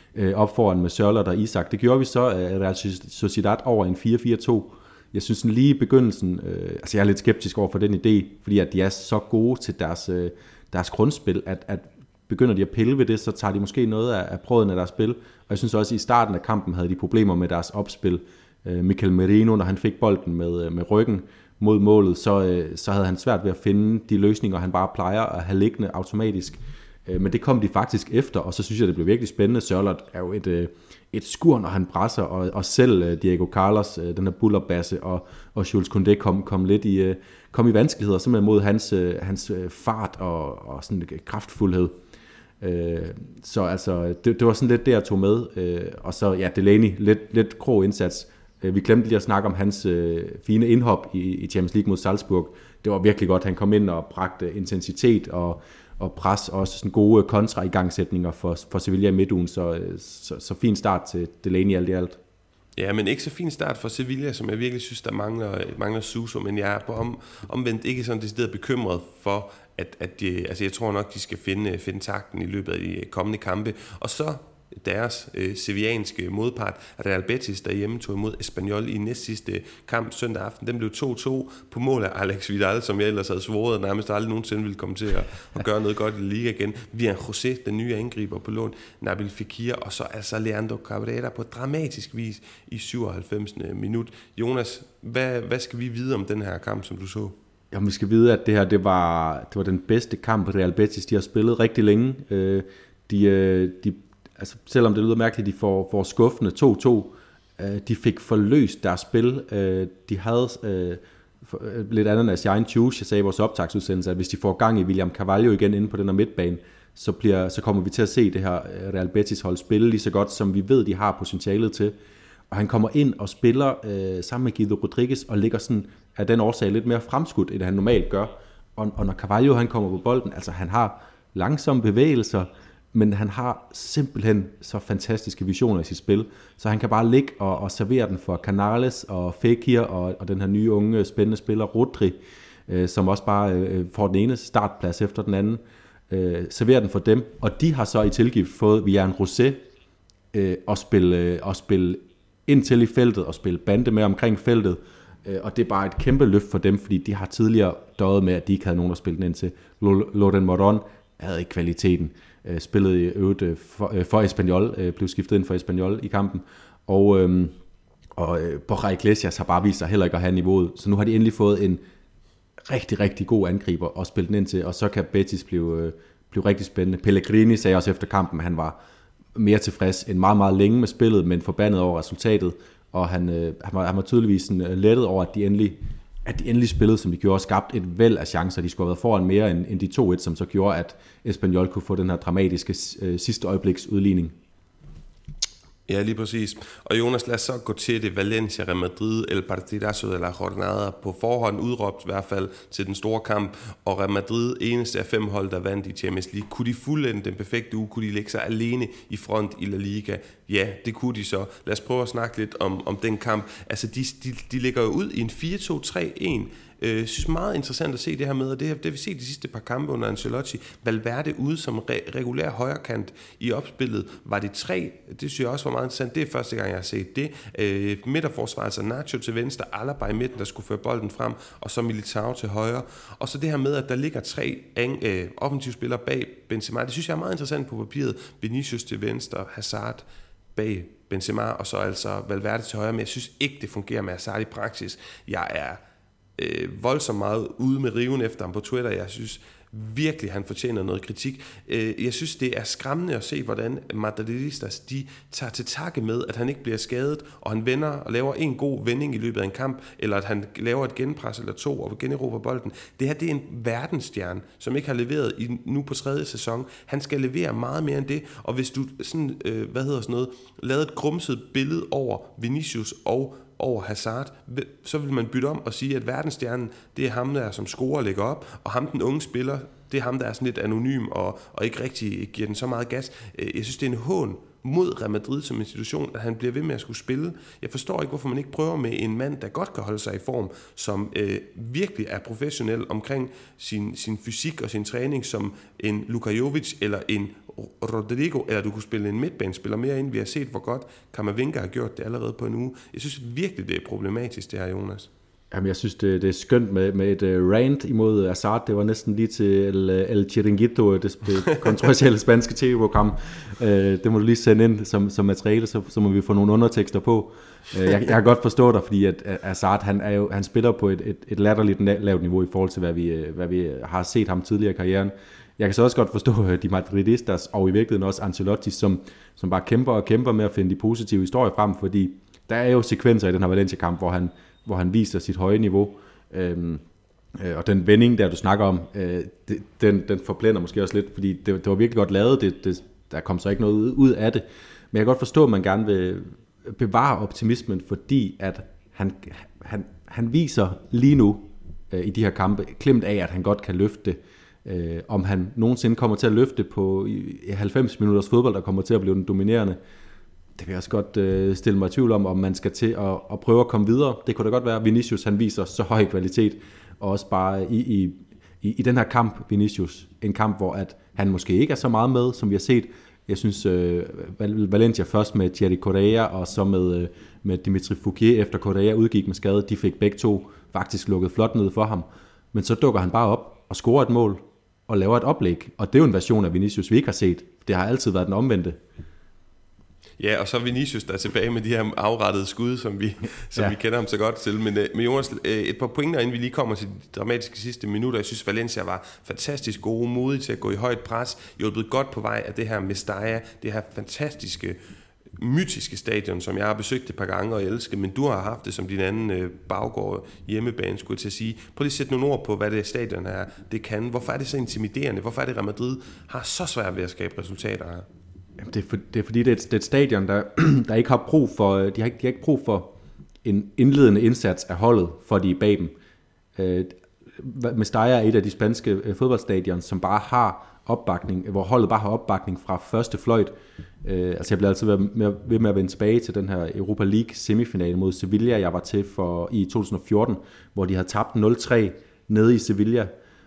B: øh, op foran med Sørloth og Isak. Det gjorde vi så af Real Sociedad over en fire fire to. Jeg synes sådan lige i begyndelsen, øh, altså jeg er lidt skeptisk over for den idé, fordi at de er så gode til deres, øh, deres grundspil, at, at begynder de at pille ved det, så tager de måske noget af, af brøden af deres spil. Og jeg synes også, at i starten af kampen havde de problemer med deres opspil. Øh, Mikel Merino, når han fik bolden med, med ryggen mod målet, så, øh, så havde han svært ved at finde de løsninger, han bare plejer at have liggende automatisk. Øh, men det kom de faktisk efter, og så synes jeg, det blev virkelig spændende. Sørloth er jo et, øh, et skur, når han presser, og, og selv øh, Diego Carlos, øh, den her bullerbasse, og, og Jules Koundé kom, kom lidt i, øh, kom i vanskeligheder, simpelthen mod hans, øh, hans fart og, og sådan kraftfuldhed. Øh, så altså, det, det var sådan lidt det, jeg tog med. Øh, og så, ja, Delaney, lidt, lidt grå indsats. Øh, vi glemte lige at snakke om hans øh, fine indhop i, i Champions League mod Salzburg. Det var virkelig godt. Han kom ind og bragte intensitet og, og pres, og også sådan gode kontra-igangsætninger for, for Sevilla i midtugen. Så, så, så fin start til Delaney alt i alt.
A: Ja, men ikke så fin start for Sevilla, som jeg virkelig synes, der mangler, mangler Suso, men jeg er på om, omvendt ikke sådan decideret bekymret for, at, at de, altså jeg tror nok, de skal finde, finde takten i løbet af de kommende kampe. Og så deres øh, sevianske modpart, Real Betis, derhjemme tog imod Espanyol i næst sidste kamp søndag aften. Den blev to to på mål af Alex Vidal, som jeg ellers havde svoret, og nærmest aldrig nogensinde ville komme til at, at gøre noget godt i liga igen. Vian José, den nye angriber på lån, Nabil Fekir, og så altså Leandro Cabrera på dramatisk vis i syvoghalvfemsende minut. Jonas, hvad, hvad skal vi vide om den her kamp, som du så?
B: Jamen, vi skal vide, at det her det var, det var den bedste kamp, Real Betis de har spillet rigtig længe. Øh, de, de Altså, selvom det lyder mærkeligt, de får, får skuffende to to, øh, de fik forløst deres spil. Øh, de havde øh, for, øh, lidt andet af Shine Choose. Jeg sagde i vores optagsudsendelse, at hvis de får gang i William Carvalho igen inde på den her midtbane, så, bliver, så kommer vi til at se det her Real Betis hold spille lige så godt, som vi ved, de har potentialet til. Og han kommer ind og spiller øh, sammen med Guido Rodriguez, og ligger sådan af den årsag lidt mere fremskudt, end han normalt gør. Og, og når Carvalho han kommer på bolden, altså han har langsomme bevægelser, men han har simpelthen så fantastiske visioner i sit spil, så han kan bare ligge og, og servere den for Canales og Fekir og, og den her nye unge spændende spiller Rodri, øh, som også bare øh, får den ene startplads efter den anden, øh, servere den for dem, og de har så i tilgift fået Vian José øh, at spille, øh, at spille ind til i feltet og spille bande med omkring feltet, øh, og det er bare et kæmpe løft for dem, fordi de har tidligere døjet med, at de ikke havde nogen at spille den ind til. Loren Moron havde ikke kvaliteten. Spillede i øvrigt for, for Espanyol, blev skiftet ind for Espanyol i kampen, og, øhm, og Borja Iglesias har bare vist sig heller ikke at have niveauet, så nu har de endelig fået en rigtig, rigtig god angriber at spille den ind til, og så kan Betis blive, blive rigtig spændende. Pellegrini sagde også efter kampen, at han var mere tilfreds end meget, meget længe med spillet, men forbandet over resultatet, og han, han, var, han var tydeligvis sådan lettet over, at de endelig at de endelig spillede, som de gjorde, og skabt et væld af chancer. De skulle have været foran mere end, end de to et, som så gjorde, at Espanyol kunne få den her dramatiske øh, sidste øjebliks udligning.
A: Ja, lige præcis. Og Jonas, lad os så gå til det. Valencia, Real Madrid, El Partidazo de la Jornada, på forhånd udråbt i hvert fald til den store kamp, og Real Madrid, eneste af fem hold, der vandt i Champions League. Kunne de fuldende den perfekte uge? Kunne de lægge sig alene i front i La Liga? Ja, det kunne de så. Lad os prøve at snakke lidt om, om den kamp. Altså, de, de, de ligger jo ud i en fire to tre en. Jeg øh, synes meget interessant at se det her med, og det har det vi set de sidste par kampe under Ancelotti. Valverde ude som re- regulær højrekant i opspillet. Var det tre? Det synes jeg også var meget interessant. Det er første gang, jeg har set det. Øh, midterforsvar, altså Nacho til venstre, Alaba i midten, der skulle føre bolden frem, og så Militao til højre. Og så det her med, at der ligger tre øh, offensive spillere bag Benzema. Det synes jeg er meget interessant på papiret. Vinicius til venstre, Hazard bag Benzema, og så altså Valverde til højre. Men jeg synes ikke, det fungerer med Hazard i praksis. Jeg er Øh, voldsomt meget ude med riven efter ham på Twitter. Jeg synes virkelig, han fortjener noget kritik. Øh, jeg synes, det er skræmmende at se, hvordan madridistas, de tager til takke med, at han ikke bliver skadet, og han vender og laver en god vending i løbet af en kamp, eller at han laver et genpres eller to og generober bolden. Det her, det er en verdensstjerne, som ikke har leveret i, nu på tredje sæson. Han skal levere meget mere end det, og hvis du sådan, øh, hvad hedder sådan noget, lavede et grumset billede over Vinicius og over Hazard, så vil man bytte om og sige, at verdensstjernen, det er ham der, som scorer og lægger op, og ham den unge spiller, Det er ham, der er sådan lidt anonym og, og ikke rigtig giver den så meget gas. Jeg synes, det er en hån mod Real Madrid som institution, at han bliver ved med at skulle spille. Jeg forstår ikke, hvorfor man ikke prøver med en mand, der godt kan holde sig i form, som øh, virkelig er professionel omkring sin, sin fysik og sin træning, som en Luka Jovic eller en Rodrigo, eller du kunne spille en midtbanespiller mere ind. Vi har set, hvor godt Camavinga har gjort det allerede på en uge. Jeg synes virkelig, det er problematisk, det her, Jonas.
B: Jamen, jeg synes, det, det er skønt med, med et uh, rant imod Hazard. Det var næsten lige til El, El Chiringuito, det, det kontroversielle spanske tv-program. Uh, det må du lige sende ind som, som materiale, så, så må vi få nogle undertekster på. Uh, jeg, jeg kan godt forstå dig, fordi at Hazard, han, er jo, han spiller på et, et, et latterligt lavt niveau i forhold til, hvad vi, hvad vi har set ham tidligere i karrieren. Jeg kan så også godt forstå de madridistas, og i virkeligheden også Ancelotti, som, som bare kæmper og kæmper med at finde de positive historier frem, fordi der er jo sekvenser i den her Valencia-kamp, hvor han hvor han viser sit høje niveau. Øhm, øh, og den vending, der du snakker om, øh, det, den, den forplænder måske også lidt, fordi det, det var virkelig godt lavet, det, det, der kom så ikke noget ud, ud af det. Men jeg kan godt forstå, at man gerne vil bevare optimismen, fordi at han, han, han viser lige nu øh, i de her kampe, klemt af, at han godt kan løfte det. Øh, om han nogensinde kommer til at løfte på i halvfems minutters fodbold, der kommer til at blive den dominerende, det vil jeg også godt øh, stille mig i tvivl om, om man skal til at, at prøve at komme videre. Det kunne da godt være, at Vinicius han viser så høj kvalitet, og også bare i, i, i, i den her kamp, Vinicius, en kamp, hvor at han måske ikke er så meget med, som vi har set. Jeg synes, øh, Valencia først med Thierry Correa, og så med, øh, med Dimitri Fouquier, efter Correa udgik med skade, de fik begge to faktisk lukket flot ned for ham. Men så dukker han bare op og scorer et mål, og laver et oplæg. Og det er jo en version af Vinicius, vi ikke har set. Det har altid været den omvendte.
A: Ja, og så Vinicius, der er tilbage med de her afrettede skud, som vi, som ja. vi kender ham så godt til. Men, men Jonas, et par pointer, inden vi lige kommer til de dramatiske sidste minutter. Jeg synes, Valencia var fantastisk gode, modige til at gå i højt pres. Hjulpet godt på vej af det her Mestalla, det her fantastiske, mytiske stadion, som jeg har besøgt et par gange og elsket, men du har haft det som din anden baggård hjemmebane, skulle jeg til at sige. Prøv lige at sætte nogle ord på, hvad det stadion her det kan. Hvorfor er det så intimiderende? Hvorfor er det, Real Madrid har så svært ved at skabe resultater her?
B: Jamen det, er for, det er fordi, det er, et, det er et stadion, der, der ikke har brug for, de har ikke, de har ikke brug for en indledende indsats af holdet, for de er bag dem. Øh, Mestalla er et af de spanske fodboldstadions, som bare har opbakning, hvor holdet bare har opbakning fra første fløjt. Øh, altså jeg bliver altid ved med, ved med at vende tilbage til den her Europa League semifinale mod Sevilla, jeg var til for i to tusind og fjorten, hvor de havde tabt nul tre nede i Sevilla.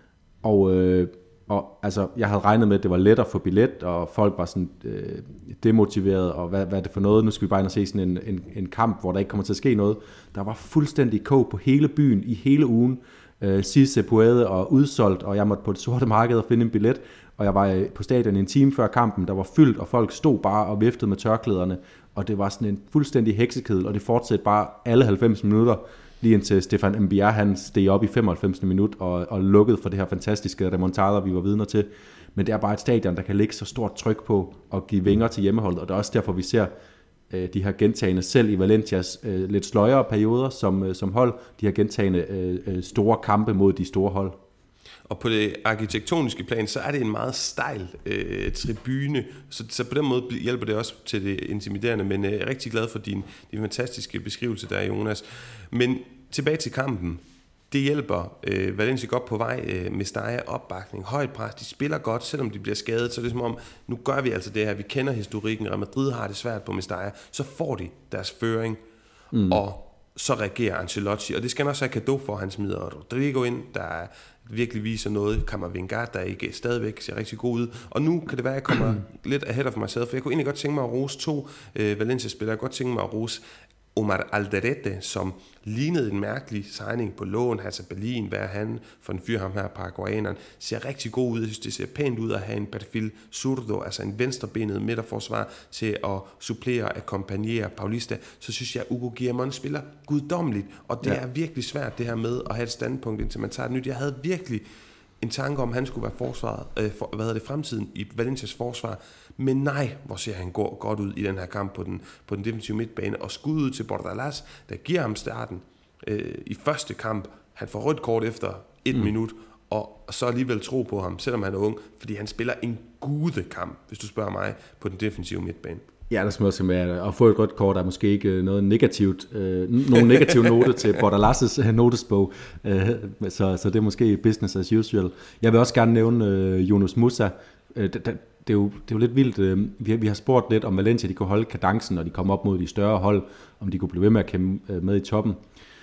B: Og øh, Og altså, jeg havde regnet med, at det var let at få billet, og folk var sådan øh, demotiveret, og hvad, hvad er det for noget? Nu skal vi bare ind og se sådan en, en, en kamp, hvor der ikke kommer til at ske noget. Der var fuldstændig kog på hele byen i hele ugen. Øh, Sidste puede og udsolgt, og jeg måtte på det sorte marked og finde en billet. Og jeg var på stadion en time før kampen, der var fyldt, og folk stod bare og viftede med tørklæderne. Og det var sådan en fuldstændig heksekedel, og det fortsatte bare alle halvfems minutter. Lige indtil Stefan Mbiar, han steg op i femoghalvfems minut og, og lukkede for det her fantastiske remontader, vi var vidner til. Men det er bare et stadion, der kan lægge så stort tryk på og give vinger til hjemmeholdet, og det er også derfor, vi ser øh, de her gentagende, selv i Valencias øh, lidt sløjere perioder som, øh, som hold, de her gentagende øh, store kampe mod de store hold.
A: Og på det arkitektoniske plan, så er det en meget stejl øh, tribune, så, så på den måde hjælper det også til det intimiderende, men øh, jeg er rigtig glad for din, din fantastiske beskrivelse der, Jonas. Men tilbage til kampen. Det hjælper øh, Valencia godt på vej øh, med Mestalla, opbakning, højt pres, de spiller godt, selvom de bliver skadet, så det er som om, nu gør vi altså det her, vi kender historikken, Real Madrid har det svært på Mestalla, så får de deres føring, mm. og så reagerer Ancelotti, og det skal han også have cadeau for, han smider Rodrigo ind, der virkelig viser noget, Camavinga, der ikke stadigvæk ser rigtig god ud, og nu kan det være, at jeg kommer lidt ahead of myself, for jeg kunne egentlig godt tænke mig at rose to øh, Valencia-spillere, jeg kunne godt tænke mig at rose Omar Alderete, som lignede en mærkelig signing på lån, altså Berlin, hvad er han for en fyr, ham her, paraguayaneren, ser rigtig god ud, jeg synes, det ser pænt ud at have en perfil zurdo, altså en venstrebenet midterforsvar til at supplere og akkompagnere Paulista, så synes jeg, at Hugo Guillamón spiller guddommeligt, og det ja. er virkelig svært det her med at have et standpunkt, indtil man tager et nyt. Jeg havde virkelig en tanke om, at han skulle være forsvaret, øh, for, hvad hedder det, fremtiden i Valencias forsvar. Men nej, hvor ser han går godt ud i den her kamp på den, på den defensive midtbane. Og skud ud til Bordalas, der giver ham starten øh, i første kamp. Han får rødt kort efter et mm. minut, og så alligevel tro på ham, selvom han er ung. Fordi han spiller en gudekamp, hvis du spørger mig, på den defensive midtbane.
B: Ja, der skal også med at få et rødt kort er måske ikke noget negativt, øh, nogen negativ note til Bordalas' notesbog, øh, så, så det er måske business as usual. Jeg vil også gerne nævne øh, Yunus Musa. Øh, det, det, det, er jo, det er jo lidt vildt. Øh, vi, har, vi har spurgt lidt om Valencia, de kunne holde kadencen, når de kom op mod de større hold, om de kunne blive ved med at kæmpe øh, med i toppen.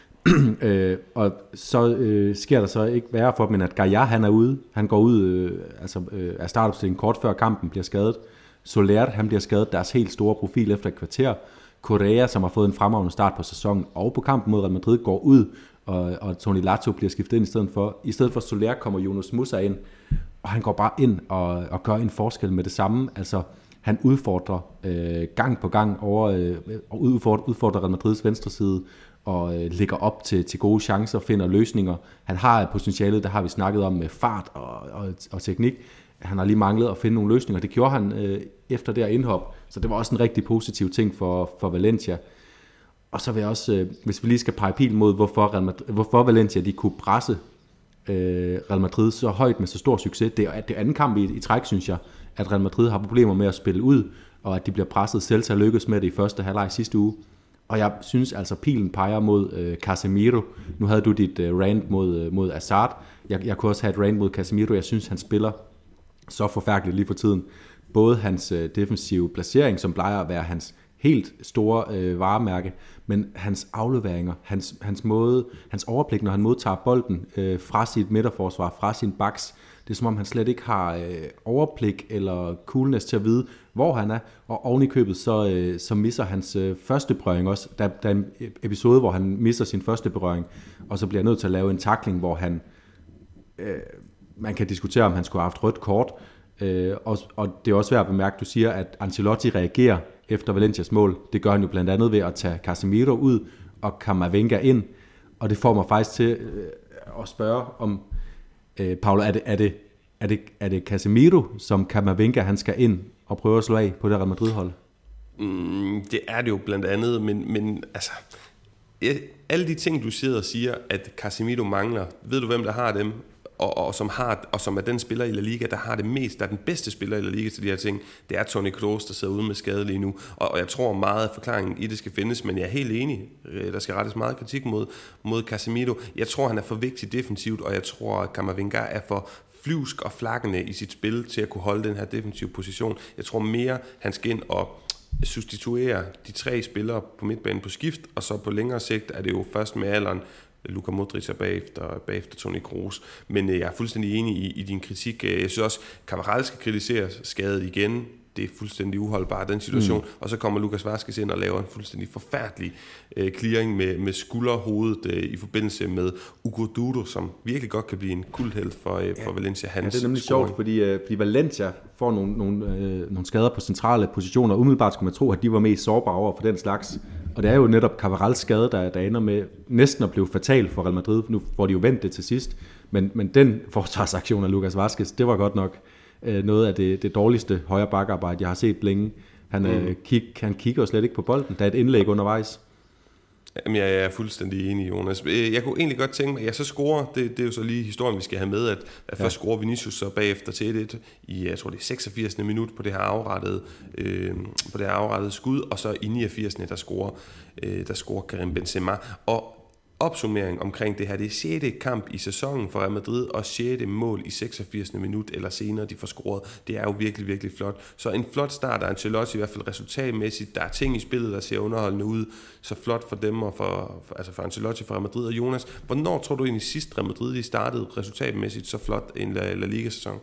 B: øh, og så øh, sker der så ikke værre for dem, men at Gaia, han er ude. Han går ud øh, altså, øh, af startopstillingen kort før kampen, bliver skadet. Soler, han bliver skadet, deres helt store profil efter et kvarter. Correa, som har fået en fremragende start på sæsonen og på kampen mod Real Madrid, går ud, og, og Toni Lato bliver skiftet ind i stedet for. I stedet for Soler kommer Yunus Musa ind, og han går bare ind og, og gør en forskel med det samme. Altså, han udfordrer øh, gang på gang over, øh, og udfordrer, udfordrer Real Madrids venstre side, og øh, lægger op til, til gode chancer, finder løsninger. Han har potentialet, der har vi snakket om med fart og, og, og teknik. Han har lige manglet at finde nogle løsninger. Det gjorde han øh, efter det her indhop, så det var også en rigtig positiv ting for, for Valencia. Og så vil jeg også, øh, hvis vi lige skal pege pil mod, hvorfor, Real Madrid, hvorfor Valencia de kunne presse øh, Real Madrid så højt med så stor succes. Det er det anden kamp i, i træk, synes jeg, at Real Madrid har problemer med at spille ud, og at de bliver presset. Celta lykkes med det i første halvleg sidste uge. Og jeg synes altså, pilen peger mod øh, Casemiro. Nu havde du dit øh, rant mod, øh, mod Hazard. Jeg, jeg kunne også have et rant mod Casemiro. Jeg synes, han spiller så forfærdeligt lige for tiden. Både hans øh, defensive placering, som plejer at være hans helt store øh, varemærke, men hans afleveringer, hans, hans måde, hans overblik, når han modtager bolden øh, fra sit midterforsvar, fra sin backs, det er som om han slet ikke har øh, overblik eller coolness til at vide, hvor han er, og oven i købet, så, øh, så misser hans øh, første berøring også. Der, der er en episode, hvor han misser sin første berøring, og så bliver nødt til at lave en tackling, hvor han, øh, man kan diskutere, om han skulle have haft rødt kort, øh, og, og det er også værd at bemærke, du siger, at Ancelotti reagerer efter Valencias mål. Det gør han jo blandt andet ved at tage Casemiro ud og Camavinga ind, og det får mig faktisk til øh, at spørge om, øh, Paolo, er det, er, det, er, det, er det Casemiro, som Camavinga han skal ind og prøve at slå af på det Real Madrid-hold?
A: Mm, det er det jo blandt andet, men, men altså, alle de ting, du sidder og siger, at Casemiro mangler, ved du, hvem der har dem? Og, og, som har, og som er den spiller i La Liga, der har det mest, der er den bedste spiller i La Liga til de her ting, det er Toni Kroos, der sidder ude med skade lige nu. Og, og jeg tror meget, at forklaringen i det skal findes, men jeg er helt enig. Der skal rettes meget kritik mod, mod Casemiro. Jeg tror, han er for vigtig defensivt, og jeg tror, at Camavinga er for flyvsk og flakkende i sit spil til at kunne holde den her defensive position. Jeg tror mere, han skal ind og substituere de tre spillere på midtbanen på skift, og så på længere sigt er det jo først med alderen, Luka Modric og bagefter, bagefter Toni Kroos. Men øh, jeg er fuldstændig enig i, i din kritik. Jeg synes også, Carvajal skal kritiseres skadet igen. Det er fuldstændig uholdbart, den situation. Mm. Og så kommer Lucas Vázquez ind og laver en fuldstændig forfærdelig øh, clearing med, med skulderhovedet øh, i forbindelse med Hugo Duro, som virkelig godt kan blive en kulthelt for, øh, for Valencia. Hans
B: ja, det er nemlig
A: scoring.
B: sjovt, fordi, øh, fordi Valencia får nogle, nogle, øh, nogle skader på centrale positioner. Umiddelbart skulle man tro, at de var mest sårbare over for den slags. Og det er jo netop Carvajals skade, der, der ender med næsten at blive fatal for Real Madrid. Nu får de jo vendt det til sidst. Men, men den forsvarsaktion af Lucas Vázquez, det var godt nok øh, noget af det, det dårligste højre bakarbejde, jeg har set længe. Han, mm. øh, kig, han kigger slet ikke på bolden. Der er et indlæg undervejs.
A: Jamen, jeg er fuldstændig enig, Jonas. Jeg kunne egentlig godt tænke mig, at jeg så scorer, det, det er jo så lige historien, vi skal have med, at, at ja. Først scorer Vinicius så bagefter til et i, jeg tror det er seksogfirsende minut på det her afrettede, øh, på det her afrettede skud, og så i niogfirsende der scorer, øh, der scorer Karim Benzema. Og opsummering omkring det her, det er sjette kamp i sæsonen for Real Madrid, og sjette mål i seksogfirsende minut eller senere, de får scoret. Det er jo virkelig, virkelig flot. Så en flot start af Ancelotti, i hvert fald resultatmæssigt. Der er ting i spillet, der ser underholdende ud. Så flot for dem, og for, for, altså for Ancelotti, for Real Madrid og Jonas. Hvornår tror du egentlig sidst Real Madrid de startede resultatmæssigt så flot en La, La Liga-sæson?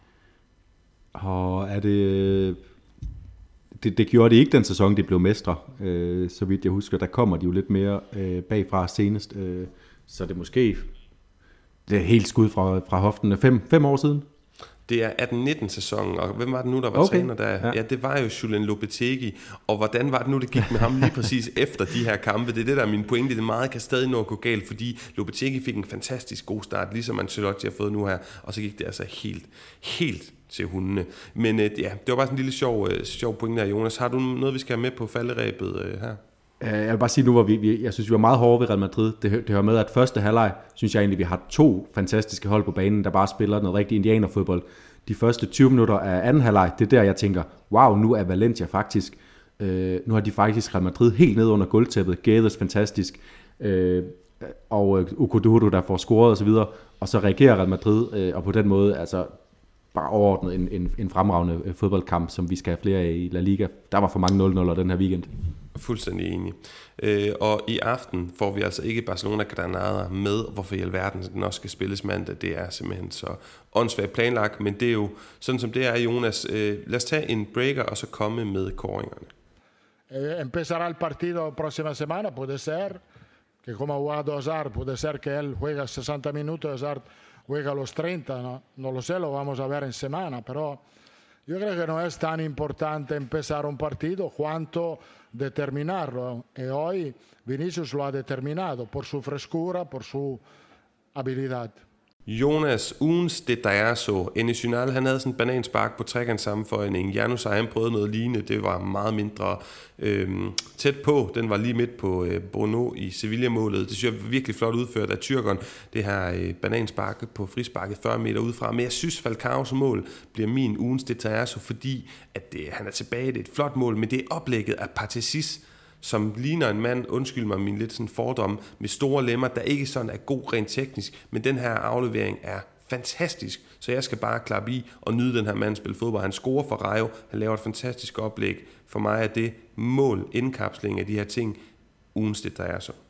B: Og er det... Det, det gjorde det ikke den sæson, de blev mestre. Øh, så vidt jeg husker, der kommer de jo lidt mere øh, bagfra senest. Øh, så det er måske det er helt skud fra, fra hoften. Fem, fem år siden?
A: Det er atten nitten sæsonen, og hvem var det nu, der var
B: okay.
A: træner der? Ja. ja, det var jo Julen Lopetegui. Og hvordan var det nu, det gik med ham lige præcis efter de her kampe? Det er det, der er min pointe. Det meget kan stadig nå at gå galt, fordi Lopetegui fik en fantastisk god start, ligesom Ancelotti har fået nu her, og så gik det altså helt, helt til hundene. Men øh, ja, det var bare sådan en lille sjov, øh, sjov pointe her, Jonas. Har du noget, vi skal have med på falderæbet øh, her?
B: Jeg vil bare sige, nu var vi, vi, jeg synes, vi var meget hårde ved Real Madrid. Det, det hører med, at første halvleg, synes jeg egentlig, vi har to fantastiske hold på banen, der bare spiller noget rigtig indianerfodbold. De første tyve minutter af anden halvleg, det er der, jeg tænker, wow, nu er Valencia faktisk Øh, nu har de faktisk Real Madrid helt ned under gulvtæppet. Guedes fantastisk. Øh, og Okudodo, der får scoret osv. Og så reagerer Real Madrid, øh, og på den måde altså bare overordnet en, en, en fremragende fodboldkamp, som vi skal have flere af i La Liga. Der var for mange nul nul den her weekend.
A: Fuldstændig enig. Øh, og i aften får vi altså ikke Barcelona Granada med, hvorfor i alverden den også skal spilles mandag. Det er simpelthen så åndssvagt planlagt, men det er jo sådan som det er, Jonas. Øh, lad os tage en breaker og så komme med kåringerne.
C: Eh, empezará el partido próxima semana, puede ser que como ha jugado Hazard, puede ser que él juega sesenta minutos, Hazard juega los treinta, no, no lo sé, lo vamos a ver en semana, pero yo creo que no es tan importante empezar un partido cuanto determinarlo, y hoy Vinicius lo ha determinado por su frescura, por su habilidad.
A: Jonas, ugens detallazo. Enes Ünal, han havde sådan en bananspark på trekantssammenføjning. Janus har han prøvet noget lignende. Det var meget mindre øhm, tæt på. Den var lige midt på øh, Bono i Sevilla-målet. Det synes jeg er virkelig flot udført af tyrkeren. Det her øh, bananspark på frisparket fyrre meter udefra. Men jeg synes, Falcaos mål bliver min ugens detallazo, fordi at det, han er tilbage. Det er et flot mål, men det er oplægget af Partesis, som ligner en mand, undskyld mig min lidt sådan fordom, med store lemmer, der ikke sådan er god rent teknisk, men den her aflevering er fantastisk, så jeg skal bare klappe i og nyde den her mand spille fodbold. Han scorer for Rayo, han laver et fantastisk oplæg. For mig er det mål, indkapsling af de her ting, ugens det der er så.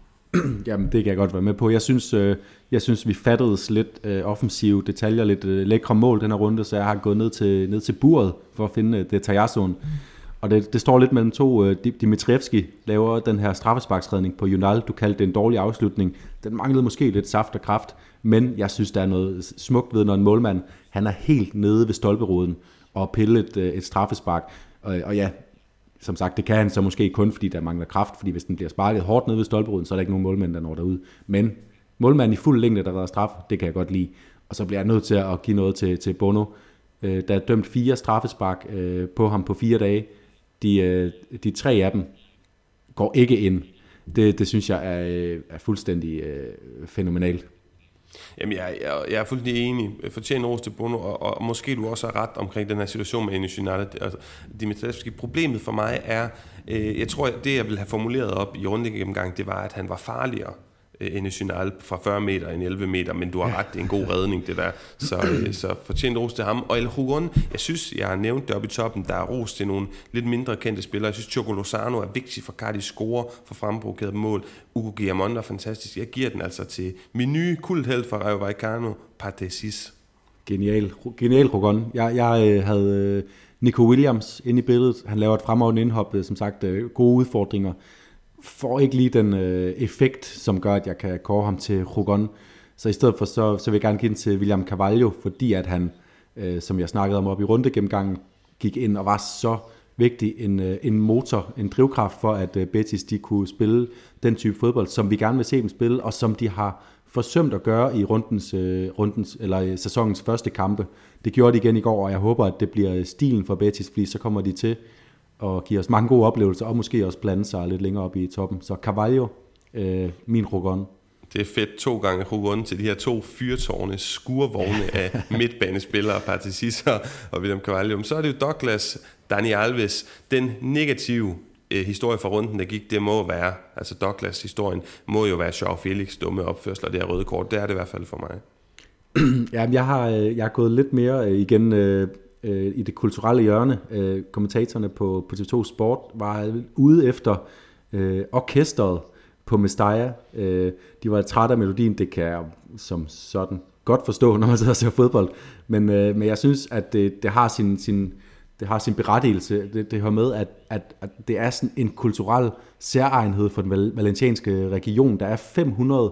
B: Jamen, det kan jeg godt være med på. Jeg synes, øh, jeg synes vi fattedes lidt øh, offensive detaljer, lidt øh, lækre mål den her runde, så jeg har gået ned til, ned til buret for at finde øh, detaljazonen. Og det, det står lidt mellem to. Dimitrievski laver den her straffesparksredning på Ünal. Du kaldte det en dårlig afslutning. Den manglede måske lidt saft og kraft, men jeg synes, der er noget smukt ved, når en målmand, han er helt nede ved stolperoden og pille et, et straffespark. Og, og ja, som sagt, det kan han så måske kun, fordi der mangler kraft, fordi hvis den bliver sparket hårdt nede ved stolperoden, så er der ikke nogen målmænd, der når derud. Men målmanden i fuld længde, der redder straf, det kan jeg godt lide. Og så bliver jeg nødt til at give noget til, til Bono. Der er dømt fire straffespark på ham på fire dage. De, de tre af dem går ikke ind. Det, det synes jeg er, er fuldstændig øh, fænomenalt.
A: Jamen, jeg, jeg, jeg er fuldstændig enig. Fortjener ros til Bono, og, og måske du også har ret omkring den her situation med Enes Ünal. Altså, Dimitrievski. Problemet for mig er, øh, jeg tror, det jeg ville have formuleret op i rundegennemgang, det var, at han var farligere Enes Ünal fra fyrre meter end elleve meter, men du har ret, det er en god redning det der, så, så fortjent ros til ham. Og El Hugon, jeg synes, jeg har nævnt det oppe i toppen, der er ros til nogle lidt mindre kendte spillere. Jeg synes, Choco Lozano er vigtig for Cardi's score for fremprovokeret mål. Ugo Guillamon er fantastisk. Jeg giver den altså til min nye kulthelt fra Rayo Vallecano, Partesis.
B: Genial, genial Hugon. Jeg, jeg havde Nico Williams inde i billedet. Han laver et fremragende indhop, som sagt, gode udfordringer. Får ikke lige den øh, effekt, som gør, at jeg kan kåre ham til Hugon. Så i stedet for, så, så vil jeg gerne give den til William Carvalho, fordi at han, øh, som jeg snakkede om op i rundegennemgangen, gik ind og var så vigtig en, øh, en motor, en drivkraft for, at øh, Betis de kunne spille den type fodbold, som vi gerne vil se dem spille, og som de har forsømt at gøre i rundens, øh, rundens, eller øh, sæsonens første kampe. Det gjorde de igen i går, og jeg håber, at det bliver stilen for Betis, fordi så kommer de til og giver os mange gode oplevelser, og måske også blande sig lidt længere op i toppen. Så Carvalho, øh, min Hugon.
A: Det er fedt, to gange Hugon til de her to fyrtårne skurvogne af midtbanespillere, Partesis og William Carvalho. Så er det jo Douglas, Dani Alves, den negative øh, historie fra runden, der gik, det må være, altså Douglas historien, må jo være Joao Felix dumme opførsler, det her røde kort, det er det i hvert fald for mig.
B: Ja, jeg har, jeg har gået lidt mere øh, igen øh, i det kulturelle hjørne. Øh, kommentatorerne på, på T V to Sport var ude efter øh, orkestret på Mestalla. Øh, de var trætte af melodien, det kan jeg som sådan godt forstå, når man sidder og ser fodbold. Men, øh, men jeg synes, at det, det, har, sin, sin, det har sin berettigelse. Det, det hører med, at, at, at det er sådan en kulturel særegenhed for den val- valencianske region. Der er fem hundrede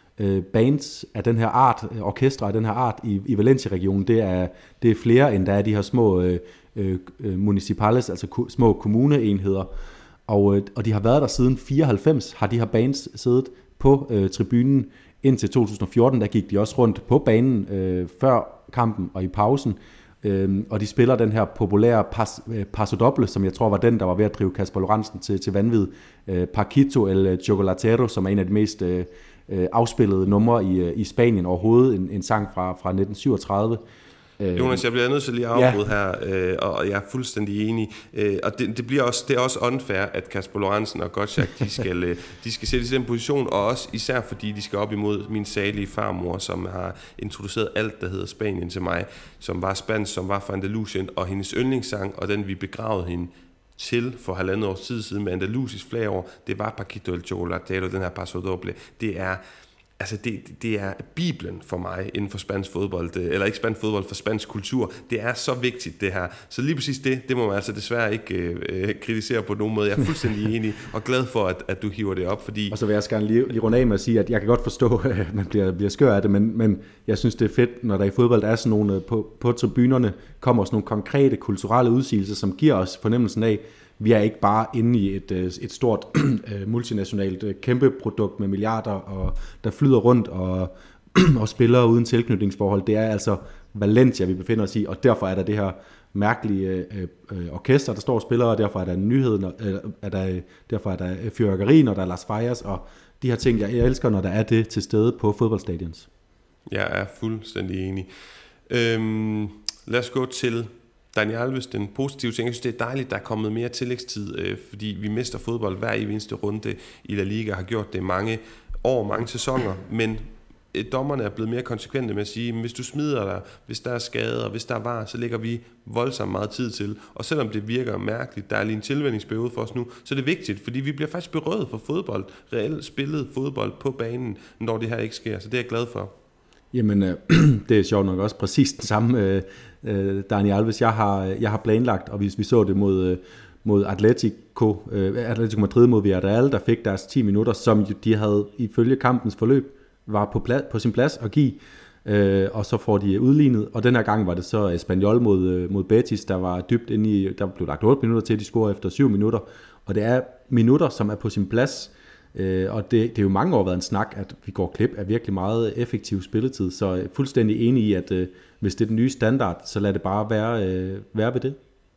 B: bands af den her art, orkestre af den her art i, i Valencia-regionen. Det er, det er flere, end der er de her små øh, øh, municipales, altså ku, små kommuneenheder. Og, øh, og de har været der siden fireoghalvfems, har de her bands siddet på øh, tribunen. Indtil to tusind og fjorten, der gik de også rundt på banen øh, før kampen og i pausen. Øh, og de spiller den her populære pas, øh, Paso Doble, som jeg tror var den, der var ved at drive Kasper Lorentzen til, til vanvid. Øh, Paquito el Chocolatero, som er en af de mest øh, afspillede numre i, i Spanien overhovedet, en, en sang fra, fra nitten syvogtredive.
A: Jonas, jeg bliver nødt til lige at afbryde ja. her, øh, og jeg er fuldstændig enig. Øh, og det, det, bliver også, det er også unfair, at Kasper Lorentzen og Gottschalk, de skal, øh, de skal sættes i den position, og også især fordi de skal op imod min salige farmor, som har introduceret alt, der hedder Spanien til mig, som var spansk, som var fra Andalusien, og hendes yndlingssang, og den vi begravede hende til for halvandet års tid siden med andalusisk flag over, det var Paquito el Chocolatero, den her Paso Doble. Det er Altså det, det er Bibelen for mig inden for spansk fodbold, eller ikke spansk fodbold, for spansk kultur. Det er så vigtigt det her. Så lige præcis det, det må man altså desværre ikke øh, kritisere på nogen måde. Jeg er fuldstændig enig og glad for, at, at du hiver det op, fordi...
B: Og så vil jeg gerne lige, lige runde af med at sige, at jeg kan godt forstå, at man bliver, bliver skør af det, men, men jeg synes, det er fedt, når der i fodbold er sådan nogle, på, på tribunerne kommer sådan nogle konkrete kulturelle udsigelser, som giver os fornemmelsen af, vi er ikke bare inde i et, et stort multinationalt kæmpe produkt med milliarder, og der flyder rundt og, og spiller uden tilknytningsforhold. Det er altså Valencia, vi befinder os i, og derfor er der det her mærkelige øh, øh, orkester, der står og spiller, og derfor er der nyheder, øh, er der, derfor er der fyrværkeri, når der er Las Fallas, og de her ting, jeg elsker, når der er det til stede på fodboldstadions.
A: Jeg er fuldstændig enig. Øhm, lad os gå til Dani Alves, den positive ting. Jeg synes, det er dejligt, der er kommet mere tillægstid, øh, fordi vi mister fodbold hver eneste runde i La Liga, har gjort det mange år, mange sæsoner, men øh, dommerne er blevet mere konsekvente med at sige, hvis du smider dig, hvis der er skader, hvis der er var, så lægger vi voldsomt meget tid til. Og selvom det virker mærkeligt, der er lige en tilvændingsperiode for os nu, så er det vigtigt, fordi vi bliver faktisk berøvet for fodbold, reelt spillet fodbold på banen, når det her ikke sker. Så det er jeg glad for.
B: Jamen, øh, det er sjovt nok også præcis den samme, øh, øh, Dani Alves, jeg har, jeg har planlagt, og hvis vi så det mod, øh, mod Atletico, øh, Atletico Madrid mod Villarreal, der fik deres ti minutter, som de havde ifølge kampens forløb, var på, plads, på sin plads at give, øh, og så får de udlignet, og den her gang var det så Espanyol mod, øh, mod Betis, der var dybt inde i, der blev lagt otte minutter til, de scorede efter syv minutter, og det er minutter, som er på sin plads. Uh, og det, det er jo mange år været en snak, at vi går klip af virkelig meget effektiv spilletid, så jeg er fuldstændig enig i, at uh, hvis det er den nye standard, så lad det bare være, uh, være ved det.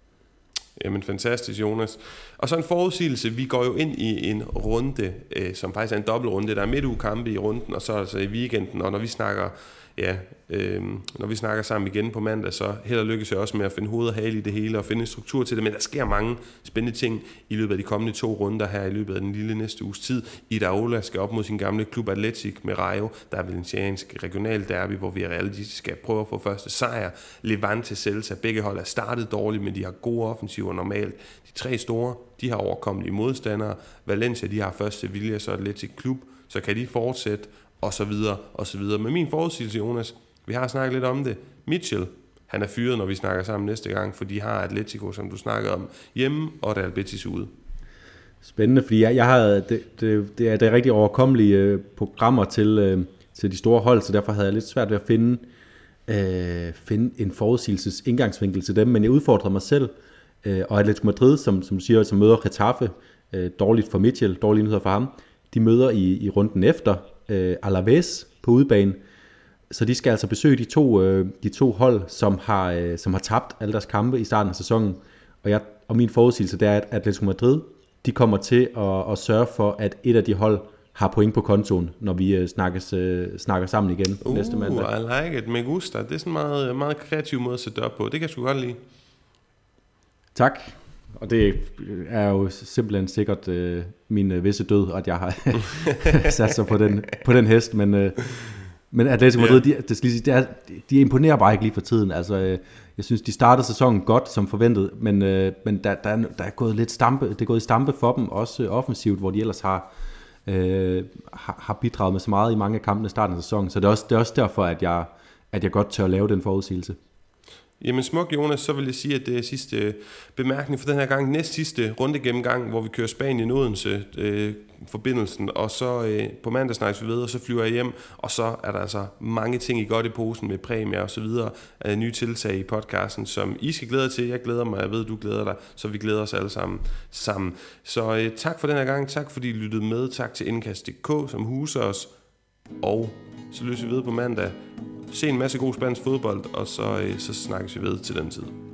A: Jamen fantastisk, Jonas. Og så en forudsigelse, vi går jo ind i en runde, øh, som faktisk er en dobbeltrunde. Der er midtugekampe i runden, og så altså i weekenden, og når vi snakker, ja, øh, når vi snakker sammen igen på mandag, så held og lykkes jeg også med at finde hoved og hale i det hele, og finde en struktur til det, men der sker mange spændende ting i løbet af de kommende to runder her, i løbet af den lille næste uges tid. Iraola skal op mod sin gamle klub Athletic med Rayo, der er valenciansk regional derby, hvor Villarreal skal prøve at få første sejr. Levante, Celta, begge hold er startet dårligt, men de har gode offensiver normalt. De tre store, de har overkommelige modstandere. Valencia, de har først Sevilla, så Athletic klub, så kan de fortsætte, og så videre, og så videre. Med min forudsigelse, Jonas, vi har snakket lidt om det. Mitchell, han er fyret, når vi snakker sammen næste gang, for de har Atletico, som du snakkede om, hjemme, og Real Betis ude.
B: Spændende, fordi jeg, jeg har, det, det, det, er, det er rigtig overkommelige øh, programmer til, øh, til de store hold, så derfor havde jeg lidt svært ved at finde, øh, finde en forudsigelses indgangsvinkel til dem, men jeg udfordrede mig selv, øh, og Atletico Madrid, som, som siger, som møder Getafe, øh, dårligt for Mitchell, dårlige nyheder for ham, de møder i, i runden efter øh, Alaves på udebane, så de skal altså besøge de to, øh, de to hold, som har, øh, som har tabt alle deres kampe i starten af sæsonen, og, jeg, og min forudsigelse det er, at Atletico Madrid, de kommer til at, at sørge for, at et af de hold har point på kontoen, når vi uh, snakkes, uh, snakker sammen igen
A: uh,
B: næste mandag.
A: I like it, me gusta. Det er sådan en meget, meget kreativ måde at sætte op på. Det kan jeg sgu godt lide.
B: Tak. Og det er jo simpelthen sikkert uh, min uh, visse død, at jeg har sat sig på den, på den hest, men... Uh, Men Atletico Madrid, de, det skal lige sige, de, er, de imponerer bare ikke lige for tiden. Altså, jeg synes, de startede sæsonen godt som forventet, men, men der, der, er, der er gået lidt stampe, det er gået i stampe for dem, også offensivt, hvor de ellers har, øh, har bidraget med så meget i mange af kampene i starten af sæsonen. Så det er også, det er også derfor, at jeg, at jeg godt tør lave den forudsigelse.
A: Jamen smuk, Jonas, så vil jeg sige, at det er sidste bemærkning for den her gang. Næst sidste runde gennemgang, hvor vi kører Spanien Odense øh, forbindelsen, og så øh, på mandag snakkes vi ved, og så flyver jeg hjem, og så er der altså mange ting i godt i posen med præmier og så videre, øh, nye tiltag i podcasten, som I skal glæde jer til. Jeg glæder mig, jeg ved, du glæder dig, så vi glæder os alle sammen sammen. Så øh, tak for den her gang, tak fordi I lyttede med, tak til Indkast punktum d k, som huser os, og så løser vi ved på mandag. Se en masse god spansk fodbold, og så, så snakkes vi ved til den tid.